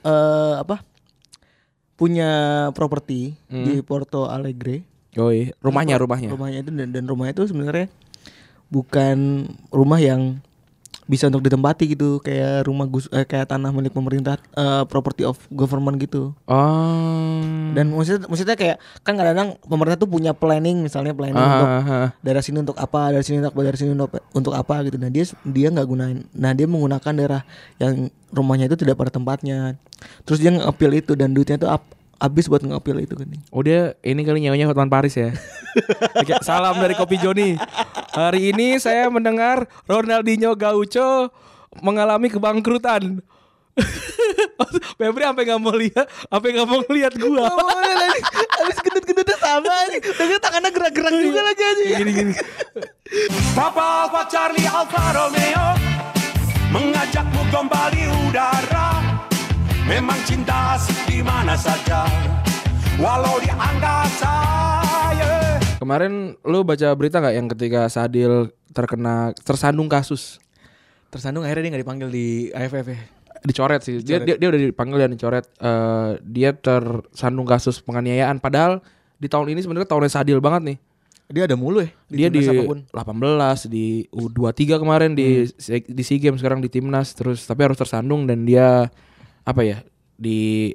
Speaker 3: punya properti di Porto Alegre.
Speaker 2: Yoi, rumahnya.
Speaker 3: Rumahnya itu dan rumahnya itu sebenarnya bukan rumah yang bisa untuk ditempati gitu, kayak kayak tanah milik pemerintah, property of government gitu.
Speaker 2: Oh.
Speaker 3: Dan maksudnya kayak kan kadang-kadang pemerintah tuh punya planning, misalnya planning untuk daerah sini untuk apa, daerah sini untuk apa gitu. Nah dia nggak gunain. Nah dia menggunakan daerah yang rumahnya itu tidak pada tempatnya. Terus dia nge-appeal itu dan duitnya tuh habis buat nge-appeal itu kan.
Speaker 2: Oh dia ini kali nyawanya Hotman Paris ya. Oke, salam dari Kopi Joni. Hari ini saya mendengar Ronaldinho Gaucho mengalami kebangkrutan. Febri sampai nggak mau lihat gua.
Speaker 3: Habis gendut-gendutnya sama nih. Dan tangannya gerak-gerak juga lagi aja.
Speaker 2: Gini.
Speaker 5: Papa Charlie Alfa Romeo mengajakmu kembali udara. Memang cinta di mana saja, walau di angkasa.
Speaker 2: Kemarin lu baca berita nggak yang ketika Sadil tersandung kasus?
Speaker 3: Tersandung akhirnya dia nggak dipanggil di AFF ya.
Speaker 2: Dicoret sih. Dia udah dipanggil dan dicoret. Dia tersandung kasus penganiayaan. Padahal di tahun ini sebenarnya tahunnya Sadil banget nih.
Speaker 3: Dia ada mulu ya.
Speaker 2: Dia di 18, di U23 kemarin di SEA Games, sekarang di Timnas terus, tapi harus tersandung dan dia di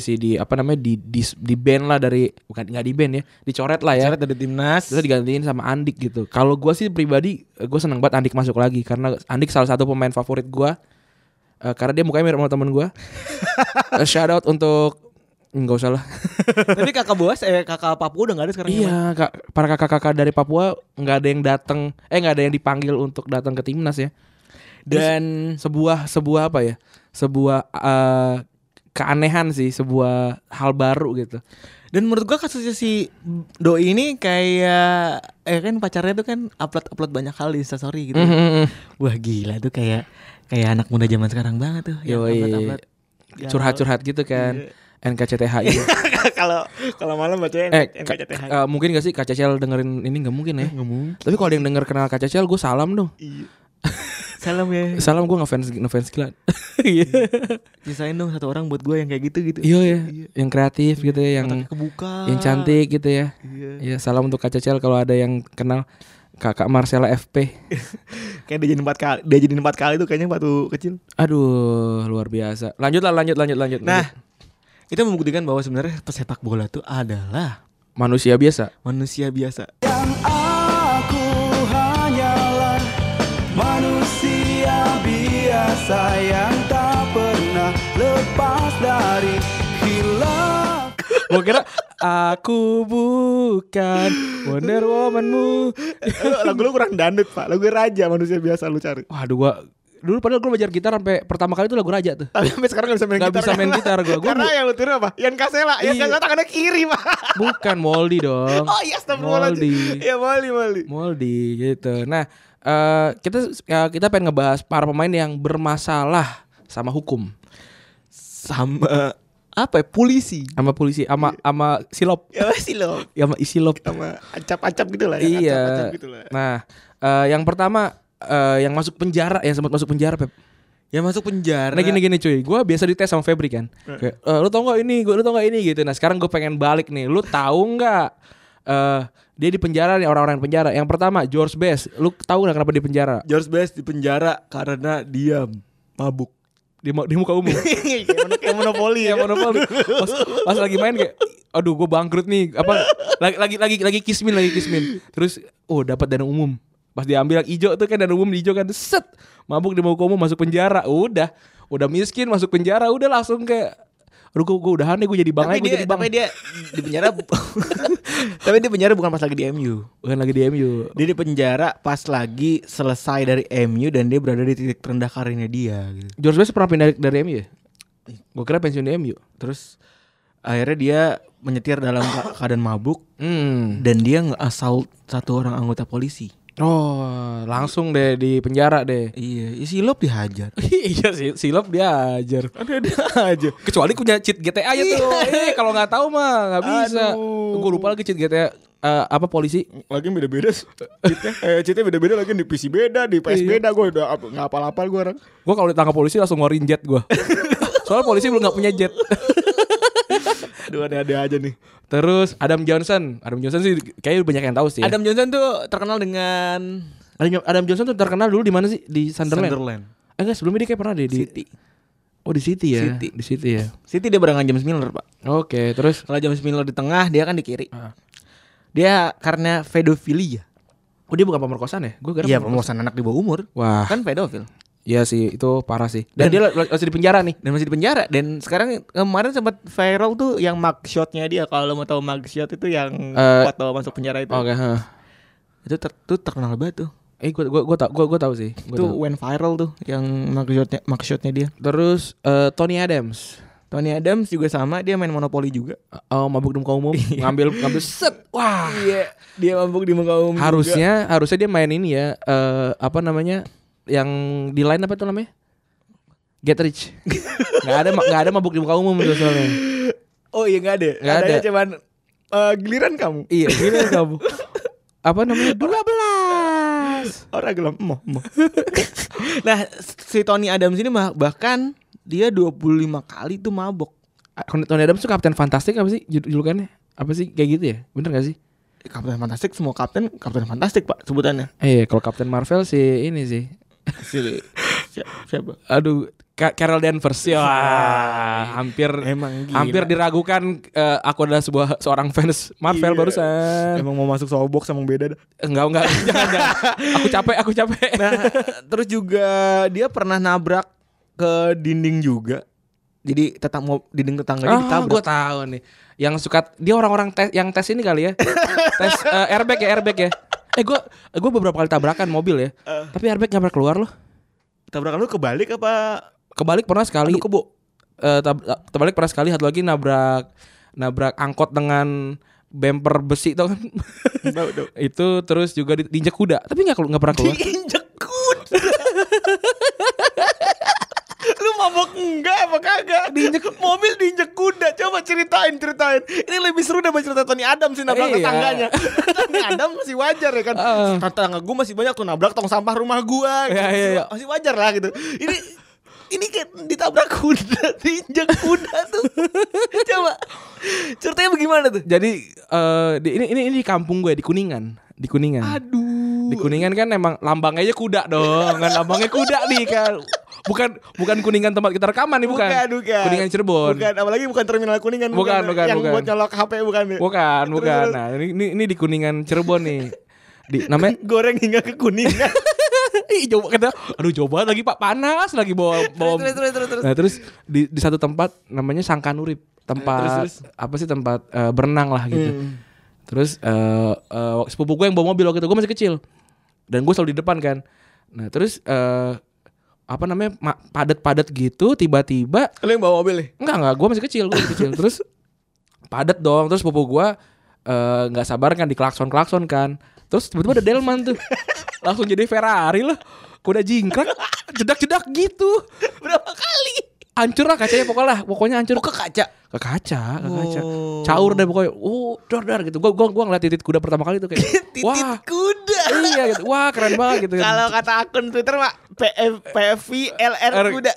Speaker 2: ban lah dari, bukan nggak di ban ya, dicoret lah ya.
Speaker 3: Dicoret dari Timnas.
Speaker 2: Terus digantiin sama Andik gitu. Kalau gue sih pribadi gue seneng banget Andik masuk lagi karena Andik salah satu pemain favorit gue. Karena dia mukanya mirip sama temen gue. Shout out untuk nggak usah lah.
Speaker 3: Tapi kakak Papua udah nggak ada sekarang.
Speaker 2: Iya, para kakak-kakak dari Papua nggak ada yang datang, nggak ada yang dipanggil untuk datang ke Timnas ya. Dan sebuah apa ya? Sebuah keanehan sih, sebuah hal baru gitu.
Speaker 3: Dan menurut gua kasusnya si Doi ini kayak kan pacarnya tuh kan upload banyak hal di Instastory gitu. Wah gila tuh kayak anak muda zaman sekarang banget tuh.
Speaker 2: Yoi. Curhat-curhat gitu kan. NKCTHI.
Speaker 3: Kalau malam bacanya NKCTHI.
Speaker 2: Mungkin gak sih Kak Cecil dengerin ini? Gak mungkin ya.
Speaker 3: Gak mungkin.
Speaker 2: Tapi kalau ada yang denger kenal Kak Cecil, gue salam dong.
Speaker 3: Iya. Salam ya.
Speaker 2: Salam, gue ngefans gila.
Speaker 3: Sisain dong satu orang buat gue yang kayak gitu.
Speaker 2: Iya ya. Yang kreatif gitu ya, yang
Speaker 3: kebuka,
Speaker 2: yang cantik gitu ya. Iya. Salam untuk Kak Cecil kalau ada yang kenal. Kakak Marcella FP.
Speaker 3: Kayak dia jadi 4 kali tuh kayaknya waktu kecil.
Speaker 2: Aduh, luar biasa. Lanjut.
Speaker 3: Nah, itu membuktikan bahwa sebenarnya pesepak bola itu adalah
Speaker 2: manusia biasa.
Speaker 5: Yang aku hanyalah manusia biasa yang tak pernah lepas dari hilaf.
Speaker 2: Gua kira aku bukan Wonder Woman-mu.
Speaker 3: Lagu lu kurang dandut, Pak. Lagu Raja manusia biasa lu cari.
Speaker 2: Waduh, dulu padahal gue belajar gitar sampai pertama kali itu lagu Raja tuh.
Speaker 3: Tapi sampai sekarang gak bisa main gitar.
Speaker 2: Karena
Speaker 3: yang lu tiru apa? Yan Kasela. Yan Kasela tangannya kiri, Pak.
Speaker 2: Bukan, Moldy dong.
Speaker 3: Oh iya, astagfirullahaladzim. Iya, Moldy
Speaker 2: gitu. Nah, kita pengen ngebahas para pemain yang bermasalah sama hukum.
Speaker 3: Sama apa ya? Polisi.
Speaker 2: Sama silop.
Speaker 3: Ya silop.
Speaker 2: Sama isilop.
Speaker 3: Sama acap-acap gitu lah.
Speaker 2: Iya.
Speaker 3: Acap-acap gitu lah.
Speaker 2: Nah, yang pertama yang masuk penjara, yang sempat masuk penjara, Pep.
Speaker 3: Yang masuk penjara.
Speaker 2: Nah gini cuy, gue biasa dites sama Febri kan. Kayak, lu tau gak ini gitu. Nah sekarang gue pengen balik nih. Lu tahu nggak dia di penjara nih, orang-orang penjara. Yang pertama George Best. Lu tahu nggak kenapa di penjara?
Speaker 3: George Best di penjara karena dia mabuk
Speaker 2: di muka umum.
Speaker 3: Kayak monopoli.
Speaker 2: Pas lagi main kayak, aduh gue bangkrut nih. Apa lagi kismin. Terus dapat dana umum. Pas diambil yang hijau tuh kan, dana umum hijau kan, set, mabuk di muka umum, masuk penjara. Udah miskin masuk penjara, udah langsung kayak, aduh gue udahan deh, gue jadi bang aja, gue jadi bang.
Speaker 3: Tapi dia di penjara tapi di penjara bukan pas lagi di MU.
Speaker 2: Bukan lagi di MU.
Speaker 3: Dia di penjara pas lagi selesai dari MU dan dia berada di titik terendah karirnya dia gitu.
Speaker 2: George Best pernah pindah dari MU ya? Gue kira pensiun di MU.
Speaker 3: Terus akhirnya dia menyetir dalam keadaan mabuk dan dia nge-assault satu orang anggota polisi.
Speaker 2: Oh, langsung deh di penjara deh.
Speaker 3: Iya, silop dihajar.
Speaker 2: Iya sih, silap diajar.
Speaker 3: Ada aja.
Speaker 2: Kecuali punya cheat GTA aja tuh. Kalau nggak tahu mah nggak bisa.
Speaker 3: Aduh.
Speaker 2: Gue lupa lagi cheat GTA apa polisi.
Speaker 3: Lagi beda-beda cheatnya beda-beda lagi di PC beda, di PS beda. Gue udah nggak hafal-hafal gue orang.
Speaker 2: Gue kalau ditangkap polisi langsung ngeluarin jet gue. Soalnya polisi belum nggak punya jet.
Speaker 3: Aduh, ada aja nih.
Speaker 2: Terus Adam Johnson sih kayaknya banyak yang tahu sih.
Speaker 3: Adam Johnson tuh terkenal dengan
Speaker 2: Adam Johnson tuh terkenal dulu di mana sih? Di Sunderland. Enggak, sebelumnya dia kayak pernah deh di
Speaker 3: City.
Speaker 2: Oh, di City ya.
Speaker 3: City.
Speaker 2: Di City ya.
Speaker 3: City dia barengan James Milner, Pak.
Speaker 2: Oke, terus
Speaker 3: Kalau James Milner di tengah, dia kan di kiri. Dia karena pedofilia.
Speaker 2: oh dia bukan pemerkosaan ya? Gue kira
Speaker 3: Iya, pemerkosaan anak di bawah umur.
Speaker 2: Wah,
Speaker 3: Kan pedofil.
Speaker 2: iya sih itu parah sih. Dan dia masih di penjara nih.
Speaker 3: Dan masih di penjara. Dan sekarang kemarin sempat viral tuh yang mugshotnya dia. Kalau lo mau tahu mugshot itu yang foto masuk penjara itu.
Speaker 2: Oke,
Speaker 3: Itu terkenal banget tuh.
Speaker 2: gue tahu sih.
Speaker 3: Itu went viral tuh yang mugshotnya dia.
Speaker 2: Terus Tony Adams.
Speaker 3: Tony Adams juga sama, dia main monopoli juga.
Speaker 2: Oh, mabuk di muka umum, ngambil set. Wah.
Speaker 3: Iya, dia mabuk di muka umum.
Speaker 2: Harusnya dia main ini ya, apa namanya? Yang di line apa tuh namanya? Get Rich. Enggak ada mabuk di muka umum tuh soalnya.
Speaker 3: Oh iya enggak ada.
Speaker 2: Nggak ada.
Speaker 3: Adanya cuman giliran kamu.
Speaker 2: Iya, gini kamu. Apa namanya? 12.
Speaker 3: Orang gelem emoh. Nah, si Tony Adams ini bahkan dia 25 kali tuh mabok.
Speaker 2: Tony Adams tuh Kapten Fantastik apa sih julukannya? Apa sih kayak gitu ya? Bener gak sih?
Speaker 3: Kapten Fantastik, semua kapten Fantastik, Pak, sebutannya.
Speaker 2: Iya, kalau Kapten Marvel sih ini sih.
Speaker 3: Siapa?
Speaker 2: Aduh, Carol Danvers ya. Hampir
Speaker 3: Emang gila.
Speaker 2: hampir diragukan aku adalah seorang fans Marvel
Speaker 3: Iya.
Speaker 2: barusan.
Speaker 3: Emang mau masuk showbox emang beda dah.
Speaker 2: Enggak, jangan. Aku capek.
Speaker 3: Nah, terus juga dia pernah nabrak ke dinding juga. Jadi dinding tetangganya ditabrak.
Speaker 2: Gue tahu nih. Yang suka dia orang-orang yang tes ini kali ya. Tes airbag ya. Gue beberapa kali tabrakan mobil ya. Tapi airbag nggak pernah keluar loh.
Speaker 3: Tabrakan lu kebalik apa?
Speaker 2: Kebalik pernah sekali.
Speaker 3: Aduh, kebo.
Speaker 2: Terbalik pernah sekali. Satu lagi nabrak angkot dengan bumper besi tau kan. Itu terus juga diinjek kuda. Tapi nggak pernah keluar.
Speaker 3: Diinjek kuda. Lu mabok enggak apa kagak? Mobil diinjek kuda. Coba ceritain. Ini lebih seru daripada cerita Tony Adams sih nabrak
Speaker 2: Iya.
Speaker 3: tetangganya. Tony Adams masih wajar ya kan. Tetangga gue masih banyak tuh nabrak tong sampah rumah gue.
Speaker 2: Iya.
Speaker 3: Masih wajar lah gitu. Ini kayak ditabrak kuda, diinjek kuda tuh. Coba ceritanya bagaimana tuh?
Speaker 2: Jadi ini di kampung gue di Kuningan.
Speaker 3: Aduh.
Speaker 2: Di Kuningan kan emang lambangnya aja kuda dong. Kan lambangnya kuda nih kan. Bukan Kuningan tempat kita rekaman nih bukan. Kuningan Cirebon.
Speaker 3: Bukan, apalagi bukan terminal Kuningan.
Speaker 2: Bukan.
Speaker 3: Yang buat nyolok HP bukan.
Speaker 2: Bukan.
Speaker 3: Terus.
Speaker 2: Nah, ini di Kuningan Cirebon nih. Namanya
Speaker 3: Goreng hingga ke Kuningan.
Speaker 2: jauh banget lagi Pak, panas lagi bawa.
Speaker 3: Terus.
Speaker 2: Nah, terus di satu tempat namanya Sangkanurip. Tempat
Speaker 3: Terus.
Speaker 2: apa sih tempat berenang lah gitu. Terus sepupu gue yang bawa mobil waktu itu, gue masih kecil. Dan gue selalu di depan kan. Nah, terus apa namanya padat gitu tiba-tiba
Speaker 3: Lu yang bawa mobil nih?
Speaker 2: enggak gue masih kecil terus padat dong, terus sepupu gue nggak sabar kan diklakson kan, terus tiba-tiba ada delman tuh langsung jadi Ferrari lah, kuda jingkrak jedak gitu.
Speaker 3: Berapa kali?
Speaker 2: Hancur lah kacanya pokoknya hancur.
Speaker 3: Ke kaca.
Speaker 2: Ke kaca. Caur deh pokoknya. Dar gitu. Gua ngeliat titit kuda pertama kali tuh kayak wah,
Speaker 3: kuda.
Speaker 2: iya gitu. Wah, keren banget gitu.
Speaker 3: Kalau kata akun Twitter mah PFVLR kuda.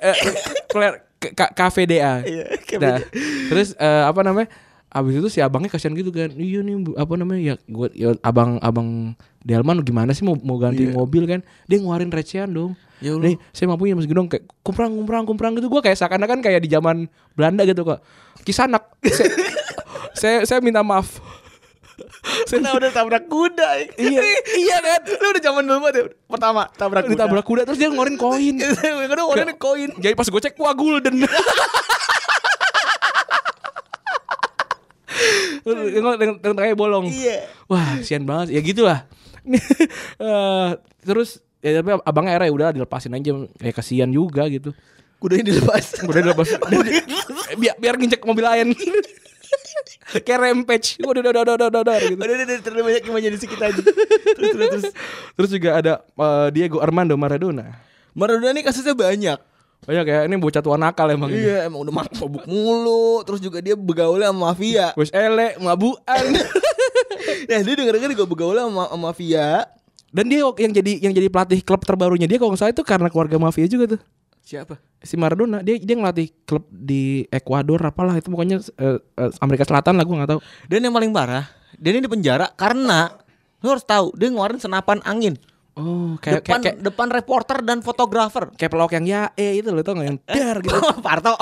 Speaker 2: KVDA.
Speaker 3: Iya,
Speaker 2: Nah, terus apa namanya? Abis itu si abangnya kasihan gitu kan. Iya nih apa namanya ya abang Delman gimana sih mau ganti mobil kan? Dia ngeluarin recehan dong.
Speaker 3: Ya Allah.
Speaker 2: Nih saya mampunya Mas Gendong kayak kumprang gitu. Gue kayak seakan-akan kayak di zaman Belanda gitu kok. Kisanak. saya minta maaf.
Speaker 3: Saya udah tabrak kuda.
Speaker 2: Iya kan.
Speaker 3: Lu udah zaman dulu banget ya. Pertama tabrak kuda.
Speaker 2: Ditabrak kuda terus dia ngeluarin koin.
Speaker 3: Kedua ngeluarin koin.
Speaker 2: Jadi pas gue cek wah gulden. Dengan kayak bolong.
Speaker 3: Iya.
Speaker 2: Wah, sian banget. Ya gitulah. Terus ya tapi abangnya era ya udah dilepasin aja. Kayak kasihan juga gitu.
Speaker 3: Kudanya dilepas.
Speaker 2: Udah dilepas. biar nginjek mobil lain. Kayak Rampage. Udah gitu.
Speaker 3: Udah terlalu banyak imajinasi kita aja. Terus.
Speaker 2: Terus juga ada Diego Armando Maradona.
Speaker 3: Maradona nih kasusnya banyak.
Speaker 2: Banyak ya, ini bocah tua nakal emang.
Speaker 3: Iya, emang udah mabuk mulu. Terus juga dia begaulnya sama mafia.
Speaker 2: Wes elek, mabukan.
Speaker 3: Nah, dia denger-denger juga begaulnya sama mafia.
Speaker 2: Dan dia yang jadi pelatih klub terbarunya dia kalau nggak salah itu karena keluarga mafia juga tuh.
Speaker 3: Siapa?
Speaker 2: Si Maradona dia ngelatih klub di Ekuador apalah itu pokoknya Amerika Selatan lah gue nggak tahu.
Speaker 3: Dan yang paling parah, dia ini di penjara karena lu harus tahu dia ngeluarin senapan angin.
Speaker 2: Oh, kayak
Speaker 3: Depan reporter dan fotografer.
Speaker 2: kayak pelawak yang itu lo tau nggak yang dar gitu.
Speaker 3: Parto.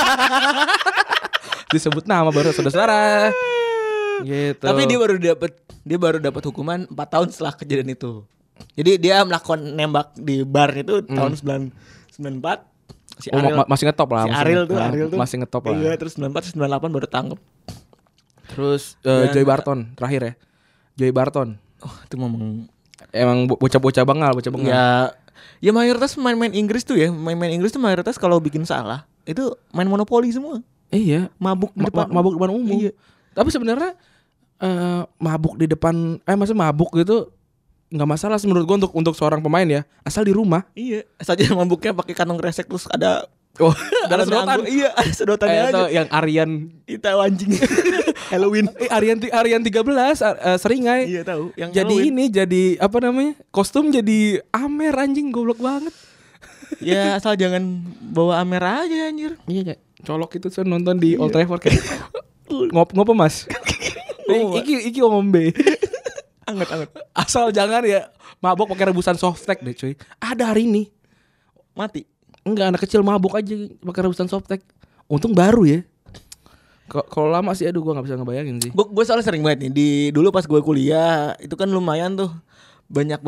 Speaker 2: Disebut nama baru saudara. Gitu.
Speaker 3: Tapi dia baru dapat hukuman 4 tahun setelah kejadian itu. Jadi dia melakukan nembak di bar itu tahun 94. Si Ariel
Speaker 2: masih ngetop lah.
Speaker 3: Si Ariel tuh
Speaker 2: masih ngetop lah.
Speaker 3: Iya, terus 94 terus 98 baru tangkep.
Speaker 2: Terus Joey Barton terakhir ya. Joey Barton.
Speaker 3: Oh, itu
Speaker 2: Emang bocah-bocah bengal.
Speaker 3: Ya mayoritas main-main Inggris tuh ya. Main-main Inggris tuh mayoritas kalau bikin salah itu main monopoli semua.
Speaker 2: Iya,
Speaker 3: Mabuk di depan
Speaker 2: mabuk di depan umum.
Speaker 3: Iya.
Speaker 2: Tapi sebenarnya mabuk di depan maksudnya mabuk gitu nggak masalah sih menurut gua untuk seorang pemain ya, asal di rumah.
Speaker 3: Iya, saja mabuknya pakai kantong kresek terus ada
Speaker 2: Ada sedotan.
Speaker 3: Iya, ada sedotannya aja.
Speaker 2: Atau yang Aryan
Speaker 3: Itu anjing. Halloween.
Speaker 2: Aryan 13 seringai.
Speaker 3: Iya tahu. Yang
Speaker 2: Jadi
Speaker 3: Halloween.
Speaker 2: ini jadi apa namanya? Kostum jadi Amer anjing goblok banget.
Speaker 3: Ya asal jangan bawa Amer aja anjir.
Speaker 2: Iya kayak colok itu saya nonton di Old Trafford kayak ngopo Mas. Iki ngombe.
Speaker 3: Anget.
Speaker 2: Asal jangan ya mabok pakai rebusan softtek deh cuy. Ada hari ini.
Speaker 3: Mati.
Speaker 2: Enggak, anak kecil mabuk aja pakai rebusan softtek. Untung baru ya. Kalau lama sih aduh gue gak bisa ngebayangin sih.
Speaker 3: Gue soalnya sering banget nih dulu pas gue kuliah itu kan lumayan tuh banyak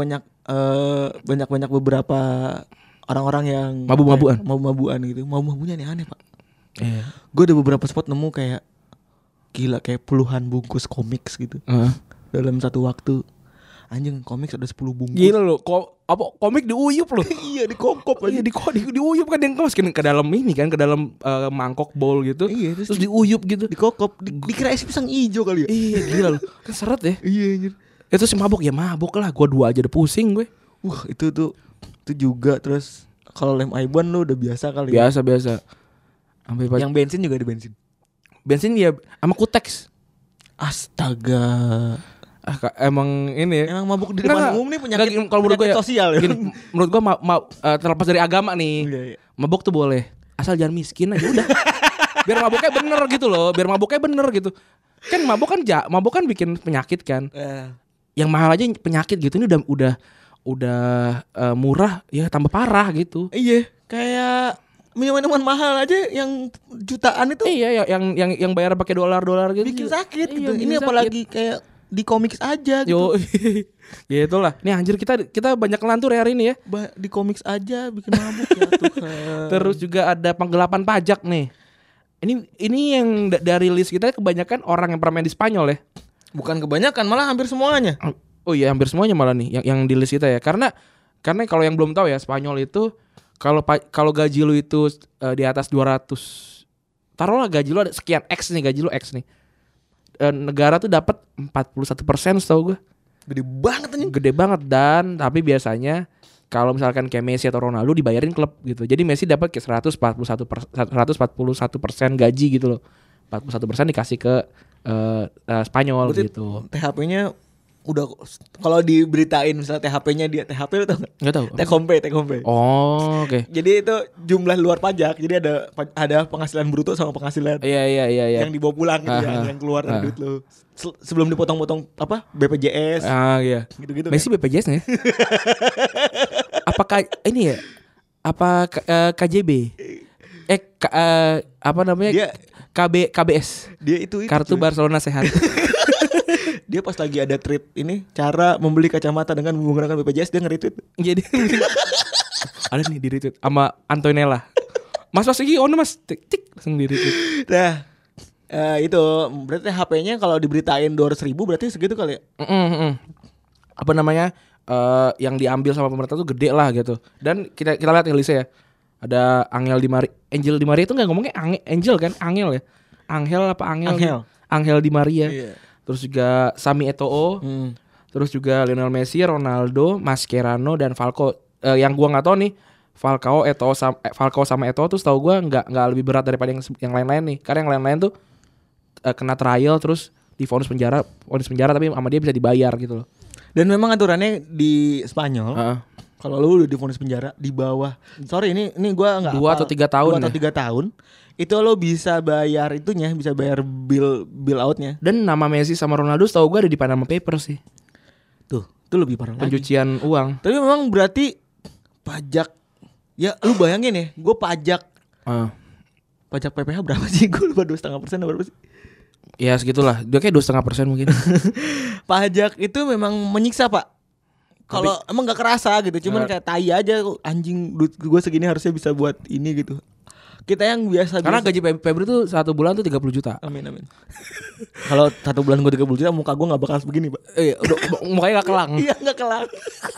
Speaker 3: beberapa orang-orang yang mabuk-mabukan gitu. Mabuk-mabunya aneh Pak.
Speaker 2: Iya.
Speaker 3: Gue ada beberapa spot nemu kayak gila kayak puluhan bungkus komik gitu. Dalam satu waktu. Anjing komik ada 10 bungkus.
Speaker 2: Gila lo, komik diuyup lo.
Speaker 3: Iya dikokop aja.
Speaker 2: Iya diuyup kan yang masukin ke dalam ini kan, ke dalam mangkok bowl gitu.
Speaker 3: Iya,
Speaker 2: terus diuyup gitu.
Speaker 3: Dikokop, dikira es pisang hijau kali ya.
Speaker 2: Iya gila lo. Kan seret ya.
Speaker 3: Iya anjir.
Speaker 2: Itu si mabuk ya mabuk lah. Gua 2 aja udah pusing gue.
Speaker 3: Itu juga terus kalau lem Aiban lu udah biasa kali.
Speaker 2: Biasa. Sampai
Speaker 3: Yang bensin juga ada bensin.
Speaker 2: Bensin ya sama Kutex.
Speaker 3: Astaga.
Speaker 2: Emang ini ya.
Speaker 3: Emang mabuk di depan umum nih penyakit
Speaker 2: kalau menurut gue ya,
Speaker 3: sosial ya.
Speaker 2: Gini, menurut gue terlepas dari agama nih.
Speaker 3: Iya.
Speaker 2: Mabuk tuh boleh. Asal jangan miskin aja udah. Biar mabuknya bener gitu loh. Kan mabuk kan bikin penyakit kan. Yang mahal aja penyakit gitu. Ini udah murah ya tambah parah gitu.
Speaker 3: Iya, kayak minuman mahal aja yang jutaan itu.
Speaker 2: Iya, yang bayar pakai dolar gitu.
Speaker 3: Bikin sakit
Speaker 2: Iya,
Speaker 3: gitu.
Speaker 2: bikin
Speaker 3: Ini
Speaker 2: sakit.
Speaker 3: apalagi kayak di komik aja gitu.
Speaker 2: Yo, gitu lah. Nih anjir kita banyak ngelantur ya hari ini ya.
Speaker 3: Di komik aja bikin mabuk ya Tuhan.
Speaker 2: Terus juga ada penggelapan pajak nih. Ini yang dari list kita kebanyakan orang yang pernah main di Spanyol ya.
Speaker 3: Bukan kebanyakan, malah hampir semuanya.
Speaker 2: Oh iya, hampir semuanya malah nih yang di list kita ya. Karena kalau yang belum tahu ya, Spanyol itu kalau gaji lu itu di atas 200, taruhlah gaji lu ada sekian X nih, gaji lu X nih. Negara tuh dapat 41% setahu gue.
Speaker 3: Gede banget anjing.
Speaker 2: Gede banget dan tapi biasanya kalau misalkan kayak Messi atau Ronaldo dibayarin klub gitu. Jadi Messi dapat kayak 141% gaji gitu loh. 41% dikasih ke Spanyol.
Speaker 3: Berarti
Speaker 2: gitu.
Speaker 3: THP-nya udah kalau diberitain misalnya THP-nya dia THP lu tau
Speaker 2: Enggak tahu.
Speaker 3: Take home pay.
Speaker 2: Oh, oke.
Speaker 3: Jadi itu jumlah luar pajak. Jadi ada penghasilan bruto sama penghasilan
Speaker 2: Iya.
Speaker 3: yang dibawa pulang gitu ya, yang keluar dari duit lu. Sebelum dipotong-potong BPJS.
Speaker 2: Iya.
Speaker 3: Gitu-gitu.
Speaker 2: Messi BPJS nih. Apakah ini ya? Apa KJB? Apa namanya?
Speaker 3: Dia
Speaker 2: KBS.
Speaker 3: Dia itu
Speaker 2: Kartu
Speaker 3: cuy.
Speaker 2: Barcelona Sehat.
Speaker 3: Dia pas lagi ada tweet ini cara membeli kacamata dengan menggunakan BPJS dia nge-retweet.
Speaker 2: Jadi ada nih di retweet sama Antonella. Mas ini ono Mas tik langsung di retweet.
Speaker 3: Nah, itu berarti HP-nya kalau diberitain 200.000 berarti segitu kali ya?
Speaker 2: Apa namanya? Yang diambil sama pemerintah tuh gede lah gitu. Dan kita lihat ya listnya ya. Ada Angel Di Maria itu nggak ngomongnya Angel kan? Angel ya. Angel apa Angel? Angel Di Maria.
Speaker 3: Iya.
Speaker 2: Terus juga Sami Eto'o. Terus juga Lionel Messi, Ronaldo, Mascherano dan Falcao. Yang gua nggak tahu nih, Falcao sama Eto'o tuh setahu gua nggak lebih berat daripada yang lain-lain nih. Karena yang lain-lain tuh kena trial terus divonis penjara tapi sama dia bisa dibayar gitu loh.
Speaker 3: Dan memang aturannya di Spanyol. Kalau lu udah divonis penjara di bawah, sorry ini gua nggak
Speaker 2: 2 atau 3 tahun
Speaker 3: 2 atau 3 tahun itu lo bisa bayar bill outnya.
Speaker 2: Dan nama Messi sama Ronaldo setahu gue ada di Panama Papers sih.
Speaker 3: Tuh, itu lebih parah lagi.
Speaker 2: Pencucian uang.
Speaker 3: Tapi memang berarti pajak, ya lu bayangin ya, gue pajak PPH berapa sih? Gue lupa 2,5% berapa sih?
Speaker 2: Ya segitulah. Dia kayak 2,5% mungkin.
Speaker 3: Pajak itu memang menyiksa, Pak. Kalau emang nggak kerasa gitu, cuman kayak tai aja, anjing duit gue segini harusnya bisa buat ini gitu. Kita yang biasa.
Speaker 2: Karena gaji Febri tuh 1 bulan tuh 30 juta.
Speaker 3: Amin. Kalau 1 bulan gue 30 juta, muka gue gak bakal begini, Pak.
Speaker 2: Mukanya gak kelang.
Speaker 3: Iya, gak kelang.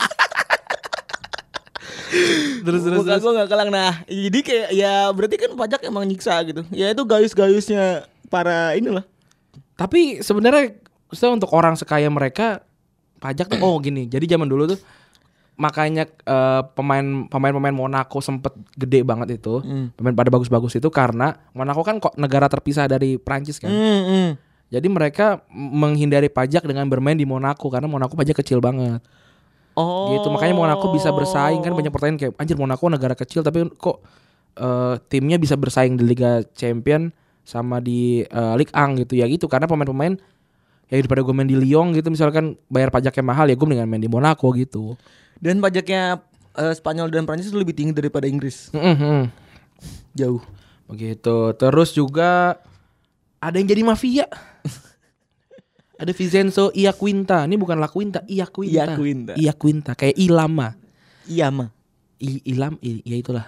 Speaker 2: terus
Speaker 3: muka gue gak kelang. Nah, jadi kayak ya berarti kan pajak emang nyiksa gitu. Ya itu gayus-gayusnya para inilah.
Speaker 2: Tapi sebenarnya untuk orang sekaya mereka pajak tuh gini. Jadi zaman dulu tuh makanya pemain Monaco sempet gede banget itu, pemain pada bagus-bagus itu karena Monaco kan kok negara terpisah dari Prancis kan. Jadi mereka menghindari pajak dengan bermain di Monaco karena Monaco pajak kecil banget. Gitu makanya Monaco bisa bersaing. Kan banyak pertanyaan kayak anjir Monaco negara kecil tapi kok timnya bisa bersaing di Liga Champion sama di Ligue 1 gitu ya gitu karena pemain-pemain ya daripada gue main di Lyon gitu misalkan bayar pajaknya mahal ya gue mendingan main di Monaco gitu.
Speaker 3: Dan pajaknya Spanyol dan Prancis lebih tinggi daripada Inggris. Jauh.
Speaker 2: Begitu. Terus juga ada yang jadi mafia. Ada Vincenzo Iaquinta. Ini bukan La Quinta, Iaquinta. Kayak Ilama.
Speaker 3: Iyama.
Speaker 2: Ilam, ya itulah.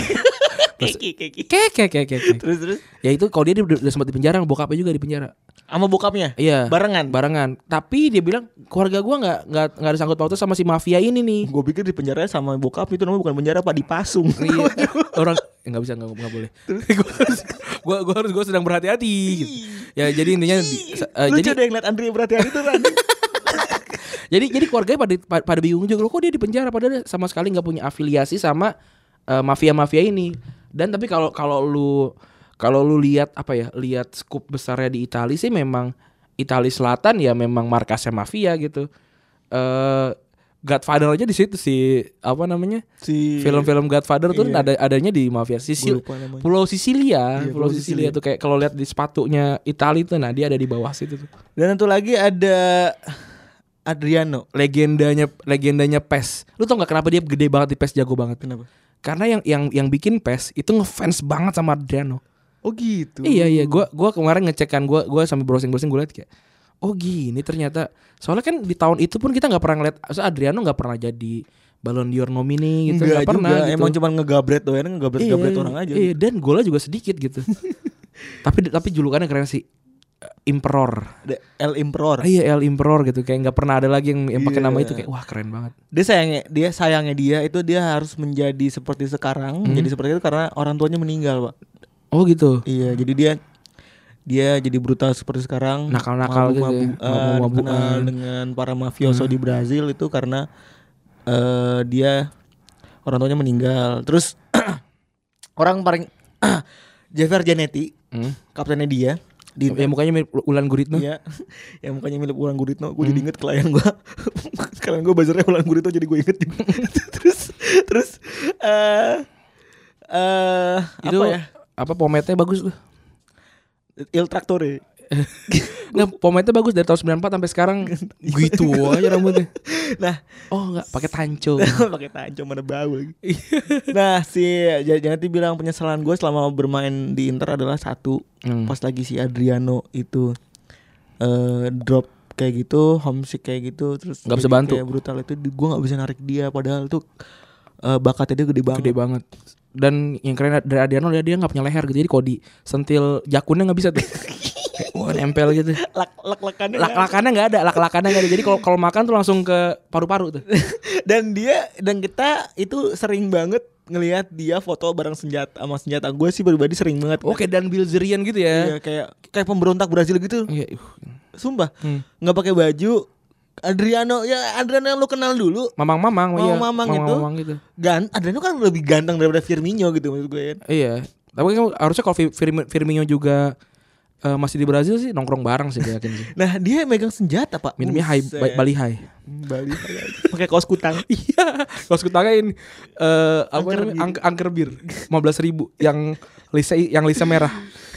Speaker 3: Kek. Terus.
Speaker 2: Ya itu kalau dia udah sempat di penjara, bokapnya juga di penjara.
Speaker 3: Sama bokapnya?
Speaker 2: Iya.
Speaker 3: Barengan.
Speaker 2: Tapi dia bilang keluarga gua nggak ada sangkut pautnya sama si mafia ini nih.
Speaker 3: Gue pikir di penjara sama bokap itu namanya bukan penjara, Pak, dipasung.
Speaker 2: Iya. Orang nggak bisa nggak boleh. Gue sedang berhati-hati. Gitu. Ya jadi intinya
Speaker 3: lucu deh ngeliat Andri berhati-hati tuh kan.
Speaker 2: jadi keluarganya pada bingung juga loh kok dia di penjara padahal dia sama sekali nggak punya afiliasi sama mafia ini. Dan tapi kalau lu lihat lihat skup besarnya di Italia sih memang Italia Selatan ya memang markasnya mafia gitu. Godfather aja di situ si film-film Godfather tuh adanya di mafia Pulau Sisilia. Pulau Sisilia tuh kayak kalau lihat di sepatunya Italia tuh dia ada di bawah situ tuh.
Speaker 3: Dan satu lagi ada Adriano,
Speaker 2: legendanya PES. Lu tau nggak kenapa dia gede banget di PES, jago banget?
Speaker 3: Kenapa?
Speaker 2: Karena yang bikin PES itu ngefans banget sama Adriano.
Speaker 3: Oh gitu.
Speaker 2: Iya. Gua kemarin ngecek kan, gue sambil browsing gue liat kayak, oh gini ternyata. Soalnya kan di tahun itu pun kita nggak pernah ngeliat, Adriano nggak pernah jadi Ballon d'Or nominee gitu, nggak pernah.
Speaker 3: Gitu. Emang cuma ngegabret doang, ngegabret orang aja.
Speaker 2: Iya, dan golnya juga sedikit gitu. tapi julukannya keren sih. Emperor.
Speaker 3: El Emperor.
Speaker 2: Iya, El Emperor gitu, kayak nggak pernah ada lagi yang pakai nama itu, kayak wah keren banget.
Speaker 3: Dia sayangnya dia harus menjadi seperti sekarang, menjadi seperti itu karena orang tuanya meninggal, Pak.
Speaker 2: Oh gitu.
Speaker 3: Iya, jadi dia jadi brutal seperti sekarang.
Speaker 2: Nakal-nakal gitu ya.
Speaker 3: Kenal dengan para mafioso di Brazil itu karena dia orang tuanya meninggal. Terus orang paling Javier Zanetti, kaptennya dia.
Speaker 2: Yang mukanya mirip Ulan Guritno.
Speaker 3: Iya. Yang mukanya mirip Ulan Guritno. Gue jadi inget klien gue. Klien gue buzzernya Ulan Guritno, jadi gue inget juga. terus
Speaker 2: itu
Speaker 3: apa ya?
Speaker 2: Apa pomade-nya bagus tuh.
Speaker 3: Il Trattore.
Speaker 2: Nggak, pomade-nya bagus dari tahun 94 sampai sekarang gitu aja rambutnya.
Speaker 3: Nah,
Speaker 2: enggak pakai tanco.
Speaker 3: Pakai tanco mana bau lagi. Nah, jangan bilang penyesalan gue selama bermain di Inter adalah satu. Pas lagi si Adriano itu drop kayak gitu, homesick kayak gitu, terus
Speaker 2: nggak bisa bantu.
Speaker 3: Kayak brutal itu, gue nggak bisa narik dia padahal tuh bakatnya dia gede banget. Dan yang keren dari Adriano dia nggak punya leher gitu, jadi kalau disentil jakunnya nggak bisa tuh. Wah, nempel gitu. Lak-lakannya nggak ada. Jadi kalau makan tuh langsung ke paru-paru tuh. dan kita itu sering banget ngelihat dia foto bareng sama senjata. Gue sih pribadi sering banget.
Speaker 2: Oke, dan Bilzerian gitu ya.
Speaker 3: Iya, kayak pemberontak Brazil gitu.
Speaker 2: Iya.
Speaker 3: Sumpah. Nggak pakai baju. Adriano yang lu kenal dulu.
Speaker 2: Mamang iya.
Speaker 3: Mamang itu.
Speaker 2: Mamang gitu.
Speaker 3: Adriano kan lebih ganteng daripada Firmino gitu maksud gue ya.
Speaker 2: Iya. Tapi kan harusnya kalau Firmino juga masih di Brazil sih nongkrong bareng sih gue yakin sih.
Speaker 3: Nah, dia megang senjata, Pak.
Speaker 2: Minumnya Bali High.
Speaker 3: Bali High. Pakai kaos kutang.
Speaker 2: Iya. Kalau sekutangin apa namanya? Angker bir 15.000 yang lisa merah.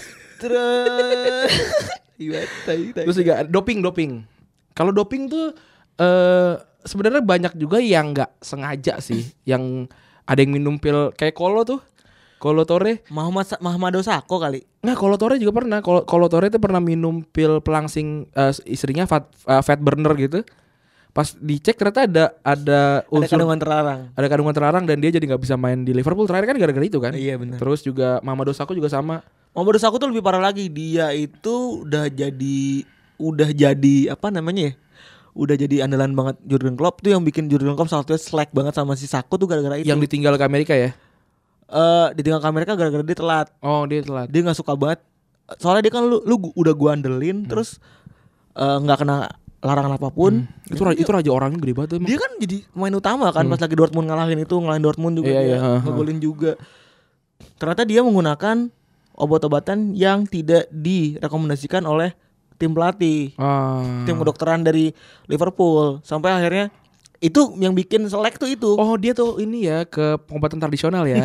Speaker 2: Terus juga doping. Kalau doping tuh sebenarnya banyak juga yang nggak sengaja sih, yang ada yang minum pil kayak Kolo Torre.
Speaker 3: Mahamado Sako kali.
Speaker 2: Nah, Kolo Torre juga pernah. Kolo Torre itu pernah minum pil pelangsing istrinya fat burner gitu. Pas dicek ternyata ada unsur
Speaker 3: Ada kandungan terlarang.
Speaker 2: dan dia jadi nggak bisa main di Liverpool terakhir kan gara-gara itu kan.
Speaker 3: Iya benar.
Speaker 2: Terus juga Mamadou Sakho juga sama.
Speaker 3: Mamadou Sakho tuh lebih parah lagi. Dia itu udah jadi apa namanya ya? Udah jadi andalan banget Jurgen Klopp tuh, yang bikin Jurgen Klopp salah satunya slack banget sama si Sakho tuh gara-gara itu.
Speaker 2: Yang ditinggal ke Amerika ya?
Speaker 3: Ditinggal ke Amerika gara-gara dia telat.
Speaker 2: Oh, dia telat.
Speaker 3: Dia nggak suka banget. Soalnya dia kan lu udah gua andelin terus nggak kena larangan apapun.
Speaker 2: Itu raja orangnya gede banget emang.
Speaker 3: Dia kan jadi pemain utama kan pas lagi Dortmund ngalahin Dortmund juga.
Speaker 2: Iya.
Speaker 3: Ngegolin juga. Ternyata dia menggunakan obat-obatan yang tidak direkomendasikan oleh tim pelatih, tim kedokteran dari Liverpool. Sampai akhirnya itu yang bikin selek tuh itu.
Speaker 2: Oh, dia tuh ini ya ke pengobatan tradisional ya.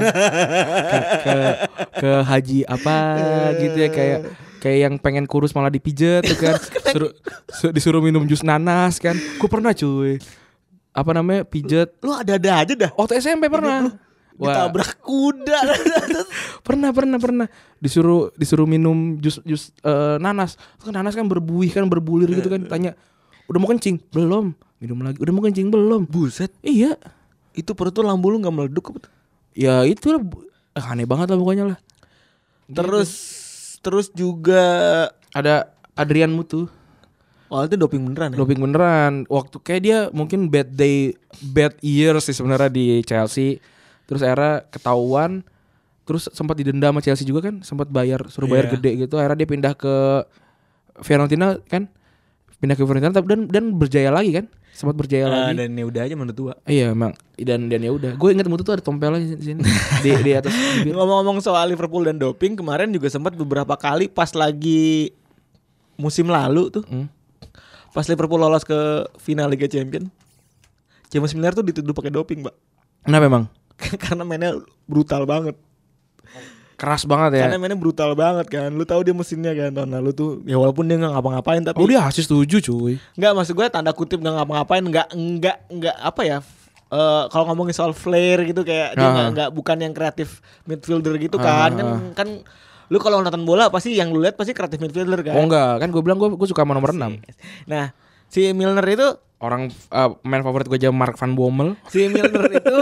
Speaker 2: ke haji apa gitu ya, kayak yang pengen kurus malah dipijet tuh kan. Disuruh minum jus nanas kan. Gue pernah cuy. Apa namanya? Pijet.
Speaker 3: Lu ada-ada aja dah.
Speaker 2: Waktu SMP pernah.
Speaker 3: Ditabrak kuda.
Speaker 2: Pernah. Disuruh minum jus nanas. Kan nanas kan berbuih kan, berbulir gitu kan. Tanya, "Udah mau kencing?" "Belum." Minum lagi. "Udah mau kencing?" "Belum."
Speaker 3: Buset.
Speaker 2: Iya.
Speaker 3: Itu perut tuh lambung lu enggak meleduk apa?
Speaker 2: Ya itu lah, aneh banget lah pokoknya lah.
Speaker 3: Terus juga
Speaker 2: ada Adrian Mutu.
Speaker 3: Oh, itu doping beneran ya?
Speaker 2: Doping beneran. Waktu kayak dia mungkin bad year sih sebenarnya di Chelsea. Terus era ketahuan, terus sempat didenda sama Chelsea juga kan, sempat suruh bayar gede gitu. Akhirnya dia pindah ke Fiorentina kan. Dan berjaya lagi kan. Sempat berjaya lagi.
Speaker 3: Dan ya udah aja menurut gua.
Speaker 2: Iya, emang. Dan ya udah. Gue ingat Mutu tuh ada tompelnya di sini di atas bibir.
Speaker 3: Ngomong-ngomong soal Liverpool dan doping, kemarin juga sempat beberapa kali pas lagi musim lalu tuh. Pas Liverpool lolos ke final Liga Champions, James Milner tuh dituduh pakai doping, Pak.
Speaker 2: Kenapa emang?
Speaker 3: Karena mainnya brutal banget.
Speaker 2: Keras banget ya.
Speaker 3: Karena mainnya brutal banget kan. Lu tahu dia mesinnya kan tahun lalu tuh. Ya walaupun dia enggak ngapa-ngapain tapi
Speaker 2: dia asis 7 cuy.
Speaker 3: Enggak, maksud gue tanda kutip enggak ngapa-ngapain, enggak apa ya? Kalau ngomongin soal flair gitu kayak dia enggak bukan yang kreatif midfielder gitu kan. Kan lu kalau nonton bola pasti yang lu lihat pasti kreatif midfielder kan.
Speaker 2: Oh enggak, kan gue bilang gue suka sama nomor 6.
Speaker 3: Nah, si Milner itu
Speaker 2: orang main favorit gue aja Mark van Bommel.
Speaker 3: Si Milner itu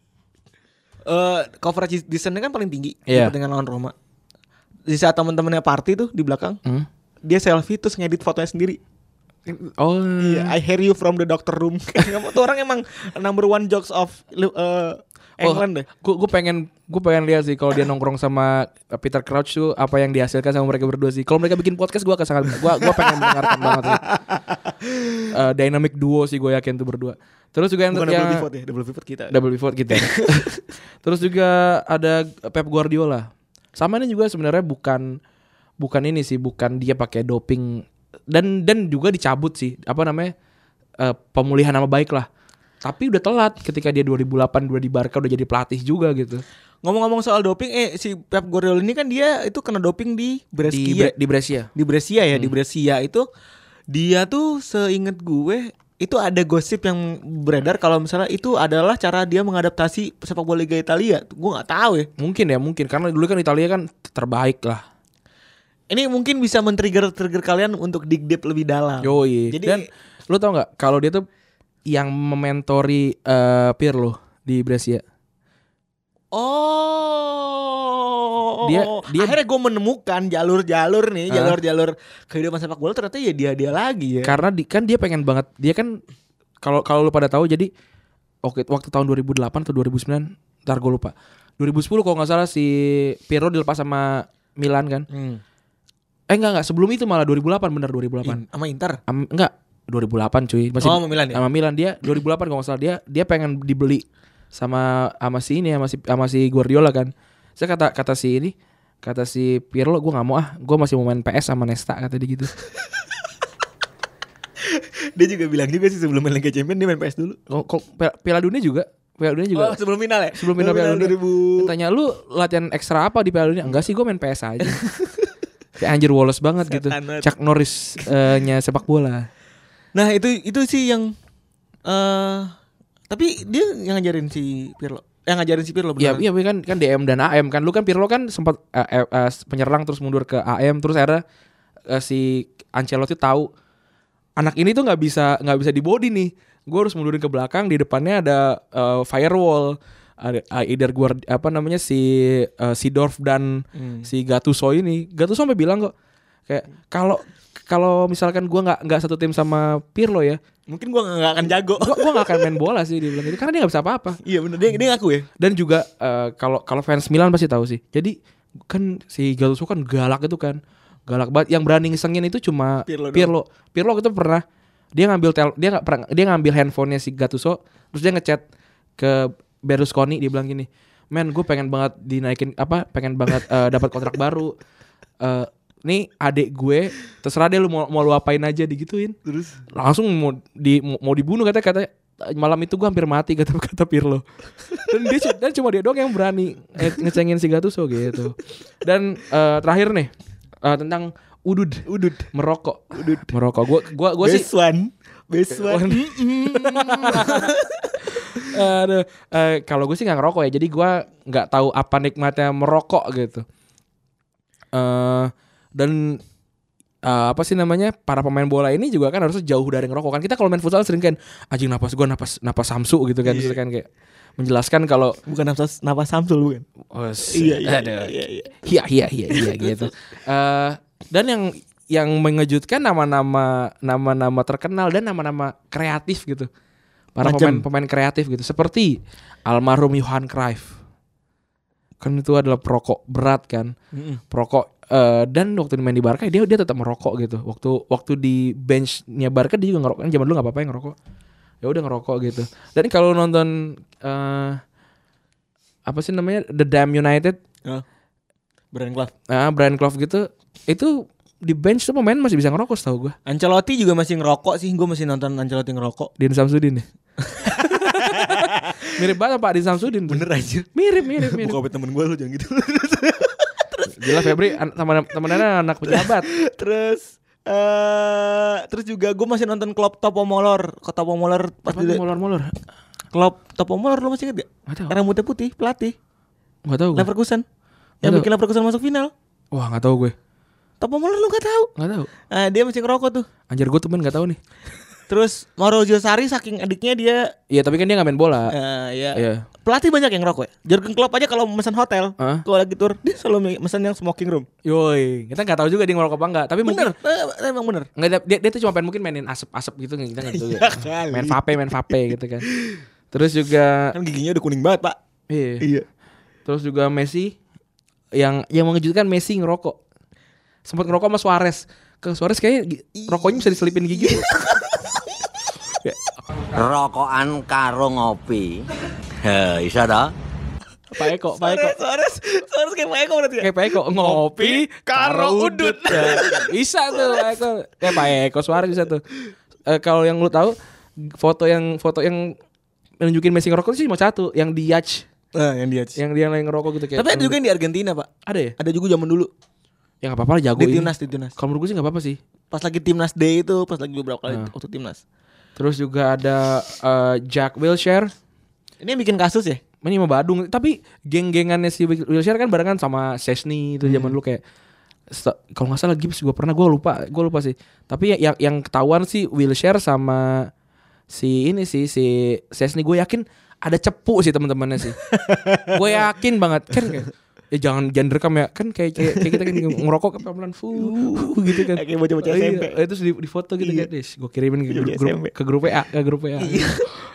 Speaker 3: coverage distance-nya kan paling tinggi dengan lawan Roma. Di saat teman-temannya party tuh di belakang, dia selfie terus ngedit fotonya sendiri.
Speaker 2: Oh
Speaker 3: iya, I hear you from the doctor room. Tuh orang emang number one jokes of England deh.
Speaker 2: Gue pengen lihat sih kalau dia nongkrong sama Peter Crouch tuh apa yang dihasilkan sama mereka berdua sih. Kalau mereka bikin podcast gue pengen mendengarkan banget sih. Dynamic duo sih gue yakin tuh berdua. Terus juga yang
Speaker 3: double pivot kita.
Speaker 2: Terus juga ada Pep Guardiola. Sama ini juga sebenarnya bukan ini sih, bukan dia pakai doping dan juga dicabut sih pemulihan nama baik lah. Tapi udah telat ketika dia 2008 di Barca udah jadi pelatih juga gitu.
Speaker 3: Ngomong-ngomong soal doping, si Pep Guardiola ini kan dia itu kena doping di Brescia.
Speaker 2: Di Brescia.
Speaker 3: Di Brescia ya, di Brescia itu dia tuh seinget gue itu ada gosip yang beredar kalau misalnya itu adalah cara dia mengadaptasi sepak bola Liga Italia. Gue nggak tahu ya.
Speaker 2: Mungkin karena dulu kan Italia kan terbaik lah.
Speaker 3: Ini mungkin bisa men-trigger kalian untuk dig deep lebih dalam.
Speaker 2: Yoi.
Speaker 3: Jadi,
Speaker 2: dan lu tau nggak kalau dia tuh yang mementori Pirlo di Brescia.
Speaker 3: Oh,
Speaker 2: dia
Speaker 3: akhirnya gue menemukan jalur kehidupan sepak bola ternyata ya dia lagi ya.
Speaker 2: Karena kan dia pengen banget, dia kan kalau lu pada tahu jadi waktu tahun 2008 atau 2009 Ntar gue lupa. 2010 kalau nggak salah si Pirlo dilepas sama Milan kan. Enggak sebelum itu malah 2008 bener 2008.
Speaker 3: Sama Inter.
Speaker 2: Enggak 2008 cuy. Masih
Speaker 3: sama Milan ya?
Speaker 2: Sama Milan dia 2008 kalau nggak salah dia pengen dibeli sama si Guardiola kan. Saya kata si Pirlo gue nggak mau gue masih mau main PS sama Nesta kata dia gitu.
Speaker 3: Dia juga bilang juga sih sebelum main Liga Champions dia main PS dulu.
Speaker 2: Piala Dunia juga.
Speaker 3: Oh, sebelum final ya?
Speaker 2: Sebelum final Piala Dunia.
Speaker 3: 2000.
Speaker 2: Tanya lu latihan ekstra apa di Piala Dunia? Enggak sih gue main PS aja. Kayak anjir Wallace banget gitu. Chuck Norris nya sepak bola.
Speaker 3: Nah itu sih yang tapi dia yang ngajarin si Pirlo.
Speaker 2: Iya kan DM dan AM kan. Lu kan Pirlo kan sempat penyerang terus mundur ke AM terus akhirnya si Ancelotti tahu anak ini tuh nggak bisa di body nih. Gue harus mundurin ke belakang, di depannya ada firewall. Ada either si Seedorf dan si Gattuso ini. Gattuso sampai bilang kok kayak kalau misalkan gue nggak satu tim sama Pirlo ya,
Speaker 3: mungkin gue nggak akan jago.
Speaker 2: Gue nggak akan main bola sih dia bilang gitu karena dia nggak bisa apa-apa.
Speaker 3: Iya benar dia ngaku ya.
Speaker 2: Dan juga kalau fans Milan pasti tahu sih. Jadi kan si Gattuso kan galak itu kan. Galak banget. Yang berani ngisengin itu cuma Pirlo. Pirlo itu pernah dia ngambil handphonenya si Gattuso terus dia ngechat ke Berlusconi, dia bilang gini, "Men, gue pengen banget pengen banget dapat kontrak baru. Nih adik gue, terserah deh lu mau lu apain aja," digituin. Terus langsung mau dibunuh katanya malam itu gue hampir mati kata Pirlo. Dan cuma dia doang yang berani ngecengin si Gattuso gitu. Dan terakhir nih tentang udud merokok. Gue sih best one. Kalau gue sih nggak ngerokok ya, jadi gue nggak tahu apa nikmatnya merokok gitu. Dan apa sih namanya, para pemain bola ini juga kan harusnya jauh dari ngerokok kan. Kita kalau main futsal sering kan anjing napas Samsu gitu kan. Terus kan kayak menjelaskan kalau
Speaker 3: bukan napas Samsul bukan.
Speaker 2: Iya gitu. Dan yang mengejutkan nama-nama terkenal dan nama-nama kreatif gitu. Para pemain kreatif gitu, seperti almarhum Johan Cruyff. Kan itu adalah perokok berat kan. Perokok dan waktu main di Barca dia tetap merokok gitu. Waktu di benchnya Barca dia juga ngerokok. Kan zaman dulu enggak apa-apa yang ngerokok. Ya udah ngerokok gitu. Dan kalau nonton apa sih namanya, The Damn United, Brian Clough gitu, itu di bench tuh pemain masih bisa ngerokok setahu gue.
Speaker 3: Ancelotti juga masih ngerokok sih. Gue masih nonton Ancelotti ngerokok.
Speaker 2: Din Samsudin ya. Mirip banget Pak Din Samsudin.
Speaker 3: Bener aja.
Speaker 2: Mirip.
Speaker 3: Bukan temen gue lu jangan gitu.
Speaker 2: Gila Febri temennya anak pejabat.
Speaker 3: Terus juga gue masih nonton Klopp Topomolor. Pas di
Speaker 2: molor.
Speaker 3: Klopp Topomolor lu masih inget gak?
Speaker 2: Gak tahu.
Speaker 3: Rambutnya putih, pelatih.
Speaker 2: Gak tahu gue.
Speaker 3: Leverkusen. Yang bikin Leverkusen masuk final.
Speaker 2: Wah gak tahu gue.
Speaker 3: Topomolor lu gak tahu?
Speaker 2: Gak tahu.
Speaker 3: Dia masih ngerokok tuh.
Speaker 2: Anjir gue temen gak tahu nih.
Speaker 3: Terus Maurizio Sarri saking adiknya dia.
Speaker 2: Iya tapi kan dia gak main bola.
Speaker 3: Iya. Pelatih banyak yang ngerokok ya. Jurgen Klopp aja kalau mesen hotel, kalau lagi tur dia selalu mesen yang smoking room.
Speaker 2: Yoi, kita gak tahu juga dia ngerokok apa enggak. Tapi
Speaker 3: bener,
Speaker 2: mungkin
Speaker 3: emang bener.
Speaker 2: Enggak, dia tuh cuma pengen mungkin mainin asap-asap gitu, kita gak tahu. Main vape gitu kan. Terus juga
Speaker 3: kan giginya udah kuning banget Pak.
Speaker 2: Iya. Terus juga Messi yang mengejutkan, Messi ngerokok. Sempat ngerokok sama Suarez. Ke Suarez kayaknya rokoknya bisa diselipin gigi.
Speaker 6: Rokokan karo ngopi. Bisa dah.
Speaker 2: Pak Eko.
Speaker 3: Suarez kayak Pak Eko berarti ya?
Speaker 2: Kayak Pak Eko ngopi karo udut. Bisa tuh Pak Eko. Kayak Pak Eko Suarez bisa tuh. Kalau yang lu tahu foto yang menunjukin Messi ngerokok sih cuma satu, yang di Yacht.
Speaker 3: Yang di Yacht.
Speaker 2: Yang dia lagi ngerokok gitu kayak.
Speaker 3: Tapi ada juga yang di Argentina, Pak.
Speaker 2: Ada ya?
Speaker 3: Ada juga zaman dulu.
Speaker 2: Ya enggak apa-apa lah, jago
Speaker 3: di timnas.
Speaker 2: Kalau menurut gue sih enggak apa-apa sih.
Speaker 3: Pas lagi timnas day itu, pas lagi beberapa kali waktu timnas.
Speaker 2: Terus juga ada Jack Wilshere.
Speaker 3: Ini yang bikin kasus ya?
Speaker 2: Ini sama Badung. Tapi geng-gengannya si Wilshere kan barengan sama Szczesny itu zaman dulu kayak. Kalau nggak salah Gibbs gue pernah, gue lupa sih. Tapi yang ketahuan sih Wilshere sama si Szczesny, gue yakin ada cepu sih teman-temannya sih. Gue yakin banget kan kayak, jangan direkam ya kan kayak kita kan ngerokok pelan-pelan gitu kan.
Speaker 3: Kayak bocah-bocah SMP.
Speaker 2: Itu di foto gitu kan. Gue kirimin ke grup WA.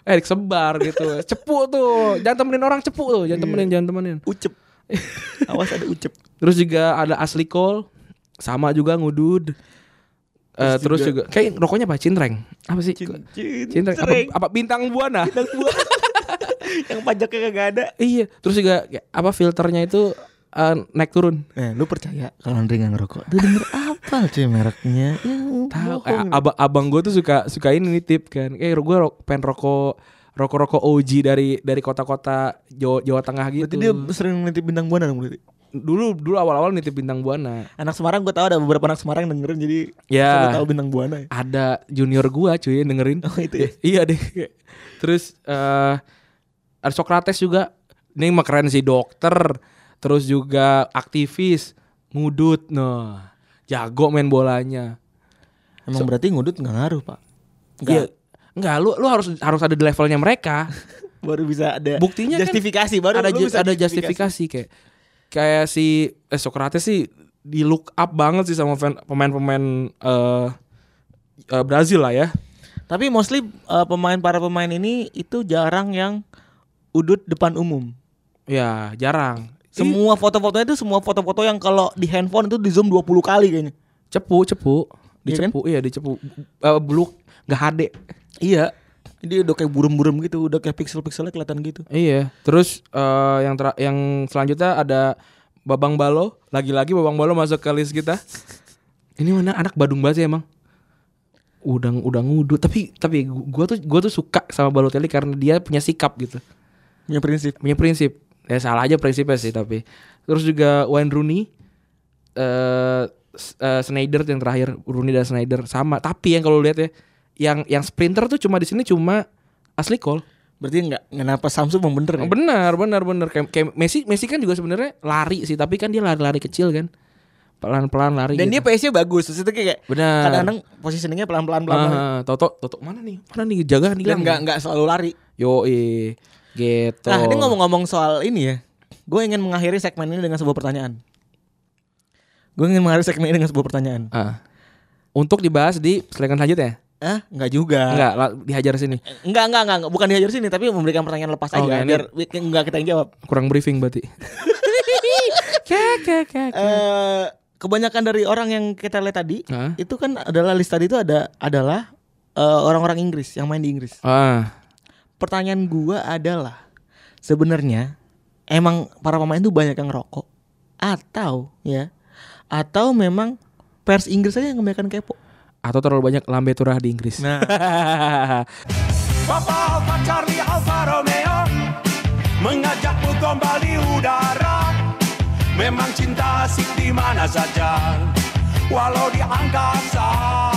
Speaker 2: disebar gitu. Cepu tuh, jangan temenin orang cepu tuh, jangan temenin.
Speaker 3: Ucep. Awas ada ucep.
Speaker 2: Terus juga ada Asli Kol, sama juga ngudud. Terus juga kayak rokoknya apa? Cintreng. Apa sih? Cintreng. Apa Bintang Buana?
Speaker 3: Yang pajaknya kagak ada.
Speaker 2: Iya. Terus juga apa filternya itu naik turun.
Speaker 3: Lu percaya kalau Andre nggak ngerokok? Tuh denger apa cuy mereknya?
Speaker 2: Tahu. Abang gue tuh suka ini nitip kan. Gue pengen rokok OG dari kota-kota Jawa Tengah gitu.
Speaker 3: Berarti dia sering nitip Bintang Buana dong berarti.
Speaker 2: Dulu awal-awal nitip Bintang Buana.
Speaker 3: Anak Semarang gue tahu ada beberapa anak Semarang yang dengerin jadi
Speaker 2: Ya.
Speaker 3: tahu Bintang Buana.
Speaker 2: Ada junior gue cuy yang dengerin.
Speaker 3: Oh itu ya.
Speaker 2: Iya deh. Terus ada Sokrates juga. Ini mah keren sih, dokter. Terus juga aktivis, ngudut. Nah, jago main bolanya.
Speaker 3: Emang berarti ngudut nggak ngaruh pak?
Speaker 2: Enggak, lu harus ada di levelnya mereka.
Speaker 3: Baru bisa ada.
Speaker 2: Buktinya
Speaker 3: justifikasi
Speaker 2: kan
Speaker 3: baru lu bisa
Speaker 2: ada justifikasi kayak si Sokrates sih di look up banget sih sama pemain-pemain Brazil lah ya.
Speaker 3: Tapi mostly para pemain ini itu jarang yang udut depan umum.
Speaker 2: Ya, jarang.
Speaker 3: Semua foto-fotonya itu semua foto-foto yang kalau di handphone itu di zoom 20 kali kayaknya.
Speaker 2: Cepu.
Speaker 3: Iya kan?
Speaker 2: Dicepu. Beluk enggak HD.
Speaker 3: Iya. Jadi udah kayak buram-buram gitu, udah kayak pixel-pixelnya kelihatan gitu.
Speaker 2: Iya. Terus yang selanjutnya ada Babang Balo. Lagi-lagi Babang Balo masuk ke list kita. Ini mana anak Badung banget sih emang. Udah ngudut. Tapi gua tuh suka sama Balotelli karena dia punya sikap gitu. Punya prinsip. Ya salah aja prinsipnya sih tapi. Terus juga Wayne Rooney, Sneijder yang terakhir, Rooney dan Sneijder sama. Tapi yang kalau lihat ya, yang sprinter tuh di sini cuma Asli Kol.
Speaker 3: Berarti kenapa Samsung memang bener ya?
Speaker 2: Benar. Kayak Messi kan juga sebenarnya lari sih, tapi kan dia lari kecil kan. Pelan-pelan lari.
Speaker 3: Dan
Speaker 2: gitu.
Speaker 3: dia pace-nya bagus. Terus itu kayak
Speaker 2: benar.
Speaker 3: Kadang-kadang positioningnya pelan-pelan.
Speaker 2: Toto mana nih jaga nih.
Speaker 3: Dan nggak selalu lari.
Speaker 2: Yoi. Gitu.
Speaker 3: Nah, ini ngomong-ngomong soal ini ya. Gue ingin mengakhiri segmen ini dengan sebuah pertanyaan.
Speaker 2: Untuk dibahas di selingan selanjutnya.
Speaker 3: Enggak juga.
Speaker 2: Enggak, dihajar sini.
Speaker 3: Enggak, bukan dihajar sini tapi memberikan pertanyaan lepas aja biar enggak kita yang jawab.
Speaker 2: Kurang briefing berarti.
Speaker 3: Kebanyakan dari orang yang kita lihat tadi itu kan adalah list tadi itu adalah orang-orang Inggris yang main di Inggris. Pertanyaan gua adalah sebenarnya emang para pemain itu banyak yang ngerokok atau memang pers Inggris aja yang kebanyakan kepo
Speaker 2: atau terlalu banyak lambe turah di Inggris.
Speaker 3: Nah.
Speaker 5: Papa Alfa Charlie Alfa Romeo mengajakmu kembali udara. Memang cinta asik di mana saja, walau di angkasa.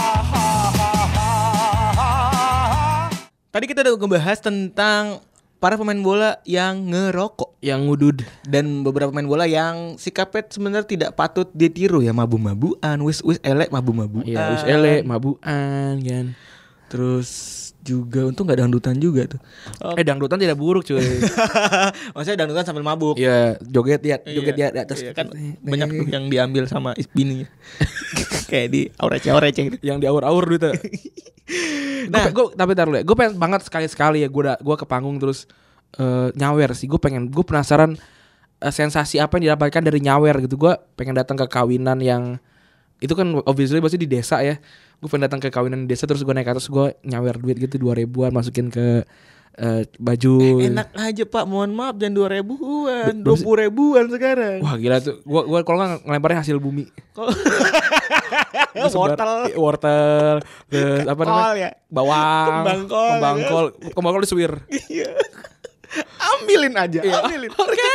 Speaker 3: Tadi kita udah ngebahas tentang para pemain bola yang ngerokok,
Speaker 2: yang ngudud,
Speaker 3: dan beberapa pemain bola yang sikapnya sebenarnya tidak patut ditiru ya, mabu-mabuan, wis elek mabu-mabuan.
Speaker 2: Iya, wis elek mabuan kan.
Speaker 3: Terus juga untung enggak dangdutan juga tuh.
Speaker 2: Dangdutan tidak buruk cuy.
Speaker 3: Maksudnya dangdutan sambil mabuk.
Speaker 2: Iya, joget di atas.
Speaker 3: Iya, kan banyak tuh yang diambil sama bininya. Kayak di aurece gitu.
Speaker 2: Yang di aur-aur gitu. Nah, tapi taruh ya. Gue pengen banget sekali ya gue ke panggung terus nyawer sih. Gue penasaran sensasi apa yang didapatkan dari nyawer gitu. Gue pengen datang ke kawinan yang itu kan obviously pasti di desa ya. Gue pengen datang ke kawinan di desa terus gue naik ke atas, gue nyawer duit gitu 2.000-an masukin ke baju.
Speaker 3: Enak aja Pak, mohon maaf jangan 2.000-an, 20.000-an sekarang.
Speaker 2: Wah gila tuh. Gue kalau nggak ngelemparnya hasil bumi. Wortel, terus apa namanya?
Speaker 3: Ya.
Speaker 2: Bawang, kembang kol disuir.
Speaker 3: Iya. Ambilin aja, ambilin.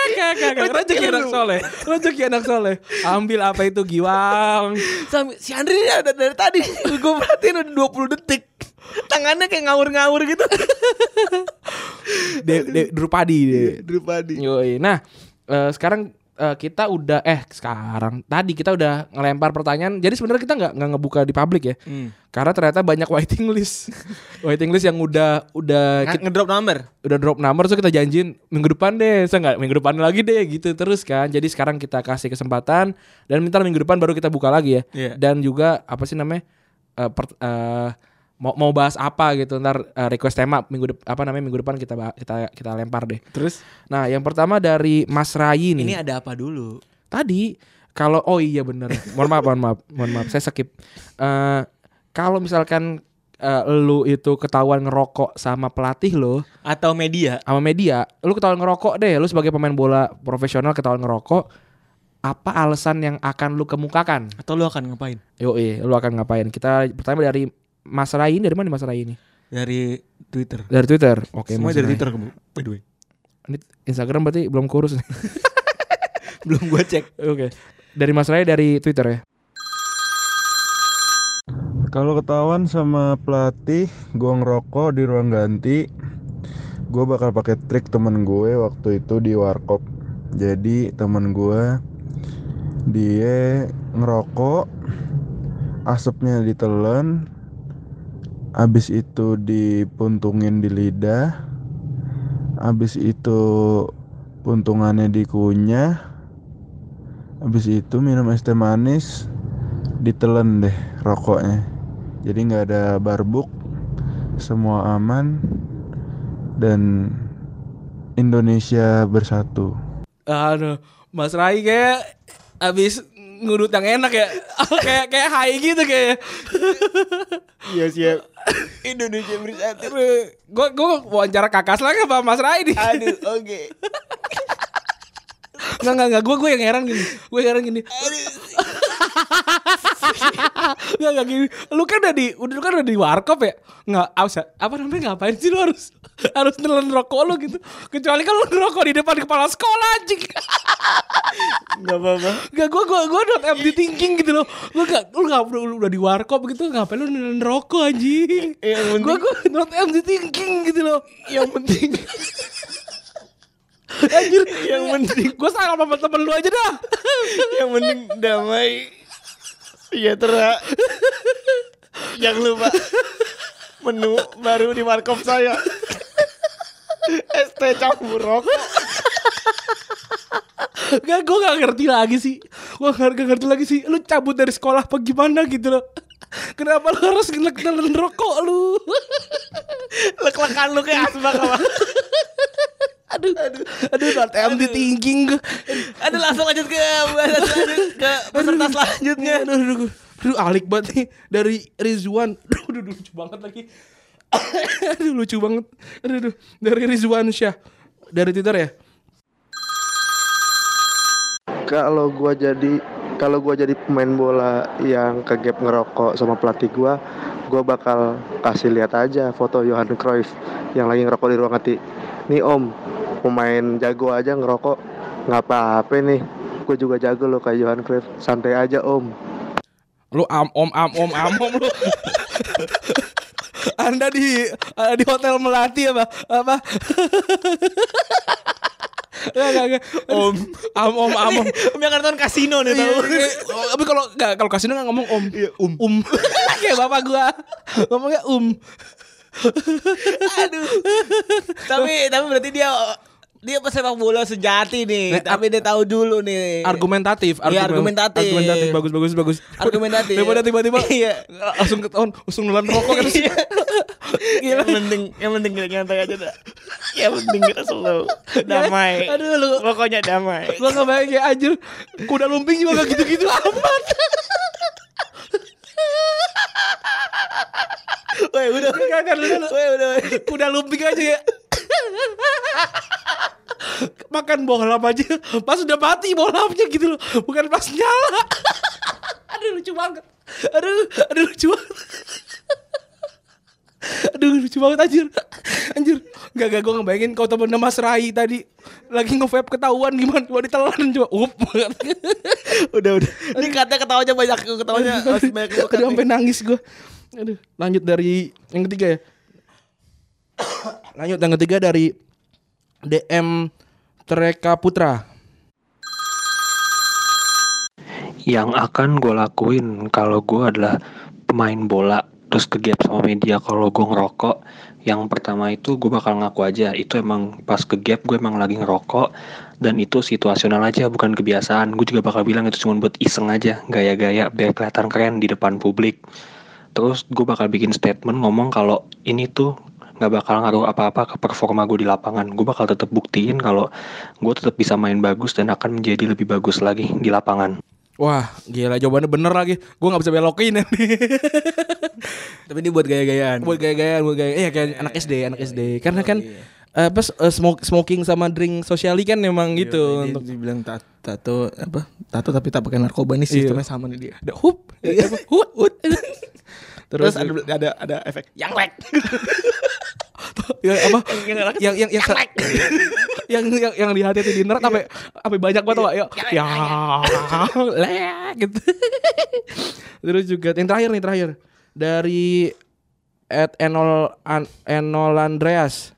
Speaker 2: Rezeki anak soleh. Ambil apa itu giwang.
Speaker 3: Si Andri ini ada dari tadi. Gue perhatiin udah 20 detik. Tangannya kayak ngawur-ngawur gitu.
Speaker 2: Drupadi. Yoi. Nah, sekarang kita udah tadi kita udah ngelempar pertanyaan. Jadi sebenarnya kita nggak ngebuka di publik ya, karena ternyata banyak waiting list yang udah
Speaker 3: ngedrop number.
Speaker 2: Udah drop number, so kita janjiin minggu depan deh, minggu depan lagi deh gitu terus kan. Jadi sekarang kita kasih kesempatan dan minta minggu depan baru kita buka lagi ya.
Speaker 3: Yeah.
Speaker 2: Dan juga apa sih namanya mau bahas apa gitu. Ntar request tema minggu depan kita lempar deh.
Speaker 3: Terus
Speaker 2: Nah, yang pertama dari Mas Rai nih.
Speaker 3: ini ada apa dulu?
Speaker 2: Tadi kalau iya bener. Mohon maaf. Saya skip. Kalau misalkan lu itu ketahuan ngerokok sama pelatih lo
Speaker 3: Atau media?
Speaker 2: sama media, lu ketahuan ngerokok deh, lu sebagai pemain bola profesional ketahuan ngerokok, apa alasan yang akan lu kemukakan?
Speaker 3: Atau lu akan ngapain?
Speaker 2: Lu akan ngapain? Kita pertama dari Mas Rai, dari mana Mas Rai ini?
Speaker 3: Dari Twitter.
Speaker 2: Dari Twitter. Oke,
Speaker 3: Semua
Speaker 2: Mas
Speaker 3: dari
Speaker 2: Rai.
Speaker 3: Twitter by the way.
Speaker 2: Ini Instagram berarti belum kurus nih.
Speaker 3: Belum gua cek.
Speaker 2: Oke. Dari Mas Rai dari Twitter ya.
Speaker 7: Kalau ketahuan sama pelatih gue ngerokok di ruang ganti, gue bakal pakai trik temen gue waktu itu di warkop. Jadi temen gue dia ngerokok, asapnya ditelan, abis itu dipuntungin di lidah, abis itu puntungannya dikunyah, abis itu minum es teh manis, ditelan deh rokoknya. Jadi nggak ada barbuk, semua aman, dan Indonesia bersatu.
Speaker 2: Aduh, Mas Rai kayak abis ngurut yang enak ya. kayak high gitu kayak.
Speaker 3: Iya siap. Indonesia bersatu.
Speaker 2: Gue wawancara Kakas lagi sama Mas Rai nih.
Speaker 3: Aduh, oke.
Speaker 2: Enggak, gue yang heran gini. Enggak gini. Lu kan udah di warkop ya. Enggak, apa namanya, ngapain sih lu harus nelen rokok lu gitu. Kecuali kan lu ngerokok di depan kepala sekolah anjing.
Speaker 3: Enggak apa-apa.
Speaker 2: Enggak, gue not empty thinking gitu loh. Lu udah di warkop gitu, ngapain lu nelen rokok anjing. Gue not empty thinking gitu loh.
Speaker 3: Yang penting
Speaker 2: Anjir,
Speaker 3: yang penting
Speaker 2: gue salah sama temen lu aja dah.
Speaker 3: yang penting damai sejahtera. Jangan lupa menu baru di warkop saya. ST campur rokok.
Speaker 2: Gue gak ngerti lagi sih. Lu cabut dari sekolah apa gimana gitu loh. Kenapa lu harus nelen rokok lu?
Speaker 3: Lek-lekan lu kayak asbak apa?
Speaker 2: Aduh, not empty thinking gue.
Speaker 3: Aduh, langsung lanjut ke peserta selanjutnya.
Speaker 2: Aduh, alik banget nih dari Rizwan. Aduh, lucu banget lagi. Lucu banget. Aduh, dari Rizwan Syah dari Twitter ya.
Speaker 8: Kalau gua jadi pemain bola yang kegap ngerokok sama pelatih gua bakal kasih lihat aja foto Johan Cruyff yang lagi ngerokok di ruang ganti. Nih om, pemain jago aja ngerokok, nggak apa-apa nih. Gue juga jago loh kayak Johan Cruyff. Santai aja om.
Speaker 2: Lu om lu. Anda di hotel Melati apa? Enggak. Om.
Speaker 3: Om yang nonton kasino nih tahu.
Speaker 2: Tapi kalau kasino enggak ngomong om. Iya, kayak bapak gua. Ngomongnya
Speaker 3: Aduh. Tapi berarti dia pesepak bola sejati nih. Tapi dia tahu dulu nih.
Speaker 2: Argumentatif.
Speaker 3: Argumentatif.
Speaker 2: Bagus.
Speaker 3: Argumentatif.
Speaker 2: Daripada tiba-tiba
Speaker 3: iya.
Speaker 2: langsung ketahuan, langsung nelan rokok kan.
Speaker 3: Yang penting kita nyantai aja dah. Yang penting kita slow, damai.
Speaker 2: Aduh lu.
Speaker 3: Pokoknya damai.
Speaker 2: Gua enggak bayang kayak anjir. Kuda lumping juga enggak gitu-gitu amat.
Speaker 3: Woi, udah.
Speaker 2: Kuda lumping aja ya. Makan bohlam aja pas udah mati bohlamnya gitu loh, bukan pas nyala. Aduh lucu banget. Lucu banget anjir. Enggak gue ngebayangin kalau temen Mas Rai tadi lagi nge-vape ketahuan gimana, coba ditelan coba. Udah.
Speaker 3: Ini katanya ketawanya banyak, ketawanya masih banyak.
Speaker 2: Aduh sampai nangis gue. Aduh, lanjut dari yang ketiga ya. Lanjut yang ketiga dari DM Treka Putra.
Speaker 9: Yang akan gue lakuin kalau gue adalah pemain bola terus kegap sama media kalau gue ngerokok, yang pertama itu gue bakal ngaku aja itu emang pas kegap gue emang lagi ngerokok dan itu situasional aja, bukan kebiasaan. Gue juga bakal bilang itu cuma buat iseng aja, gaya-gaya biar kelihatan keren di depan publik. Terus gue bakal bikin statement ngomong kalau ini tuh nggak bakal ngaruh apa-apa ke performa gue di lapangan. Gue bakal tetap buktiin kalau gue tetap bisa main bagus dan akan menjadi lebih bagus lagi di lapangan.
Speaker 2: Wah, gila jawabannya bener lagi. Gue nggak bisa belokin nih.
Speaker 3: Tapi ini buat gaya-gayaan.
Speaker 2: buat gaya. Iya kayak anak SD. Karena kan smoking sama drink sosiali kan memang gitu.
Speaker 3: Dia
Speaker 2: Untuk
Speaker 3: dibilang tato tapi tak pakai narkoba nih sistemnya sama nih dia.
Speaker 2: ada hup.
Speaker 3: Terus ada efek yang lag.
Speaker 2: Ya, apa? yang di hati dinner sampai banyak banget tau gak? Ya lag gitu. Terus juga yang terakhir dari @Enol Andreas.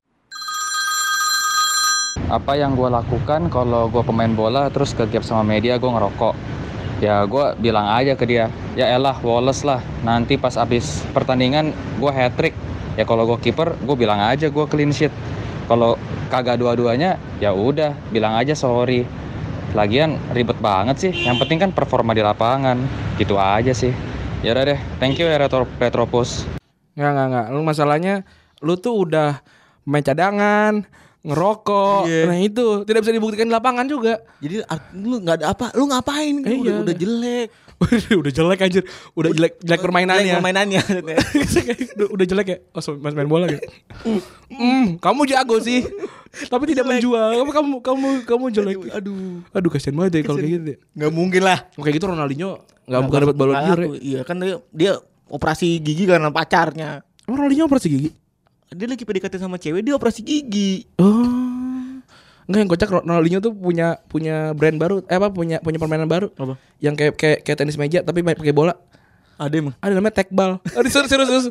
Speaker 10: Apa yang gue lakukan kalau gue pemain bola terus ke gap sama media gue ngerokok? Ya gue bilang aja ke dia, ya elah Wallace lah, nanti pas abis pertandingan gue hat-trick. Ya kalau gue kiper gue bilang aja gue clean sheet. Kalau kagak dua-duanya ya udah bilang aja sorry. Lagian ribet banget sih, yang penting kan performa di lapangan. Gitu aja sih. Ya udah deh, thank you ya Retropus.
Speaker 2: Enggak. Lu masalahnya lu tuh udah main cadangan, ngerokok. Nah itu tidak bisa dibuktikan di lapangan juga.
Speaker 3: Jadi lu nggak ada apa, lu ngapain? Udah jelek.
Speaker 2: Udah jelek anjir. Udah jelek permainannya. Udah jelek ya. Oh, mas main bola gitu. Kamu jago sih. Tapi tidak menjual. Kamu jelek. Aduh kasihan banget ya kalau kayak gitu.
Speaker 3: Nggak mungkin lah.
Speaker 2: Kayak gitu Ronaldinho bukan dapat balon d'Or.
Speaker 3: Iya kan dia operasi gigi karena pacarnya.
Speaker 2: Emang Ronaldinho operasi gigi?
Speaker 3: Dia lagi PDKT sama cewek, dia operasi gigi.
Speaker 2: Enggak, yang kocak Ronaldinho tuh punya brand baru, punya permainan baru.
Speaker 3: Apa?
Speaker 2: Yang kayak tenis meja tapi pakai bola.
Speaker 3: Ada emang?
Speaker 2: Ada namanya tekbal. Serius.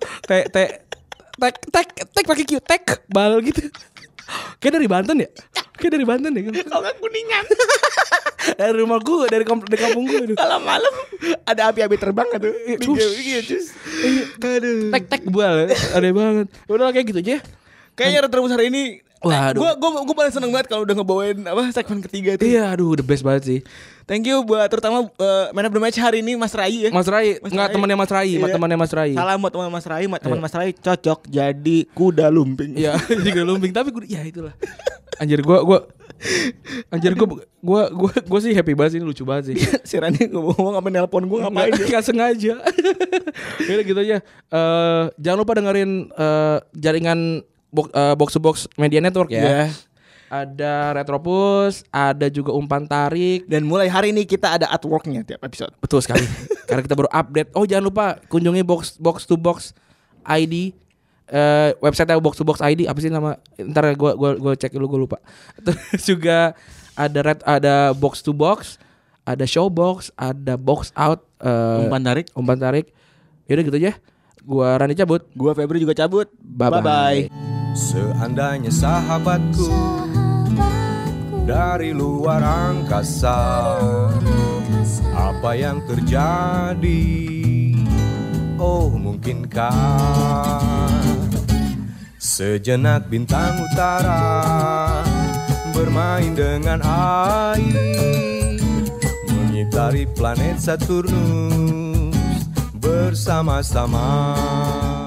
Speaker 2: Tek pakai Q, tekbal gitu. Kayak dari Banten ya? Kalau nggak Kuningan. Dari rumah gue, dari kampung gue.
Speaker 3: Malam-malam ada api-api terbang gitu. Aduh.
Speaker 2: Tekbal, aneh banget. Udah kayak gitu aja.
Speaker 3: Kayaknya Retropus hari ini.
Speaker 2: Waduh.
Speaker 3: Gue paling seneng banget kalau udah ngebawain segmen ketiga itu.
Speaker 2: Iya, aduh the best banget sih.
Speaker 3: Thank you buat terutama man of the match hari ini Mas Rai ya.
Speaker 2: Mas Rai, enggak temannya Mas Rai, temannya Mas Rai.
Speaker 3: Salam buat teman Mas Rai, teman Mas Rai cocok jadi kuda lumping.
Speaker 2: Iya, jadi kuda lumping tapi ya itulah. Anjir gue sih happy banget, ini lucu banget sih.
Speaker 3: Si Rani ngomong sama nelpon gue ngapain ya?
Speaker 2: Gak sengaja. Yaudah gitu aja. Jangan lupa dengerin jaringan Box to Box Media Network ya.
Speaker 3: Yeah.
Speaker 2: Ada Retropus, ada juga Umpan Tarik.
Speaker 3: Dan mulai hari ini kita ada artworknya tiap episode.
Speaker 2: Betul sekali. Karena kita baru update. Oh jangan lupa kunjungi Box to Box ID. Website Box to Box ID apa sih nama? Ntar gue cek dulu, gue lupa. Terus juga ada Box to Box, ada Showbox, ada Box Out, Umpan Tarik. Yaudah gitu aja. Gua Rani cabut,
Speaker 3: gua Febri juga cabut. Bye.
Speaker 5: Seandainya sahabatku dari luar angkasa, apa yang terjadi? Oh mungkinkah sejenak bintang utara bermain dengan air, mengitari planet Saturnus bersama-sama.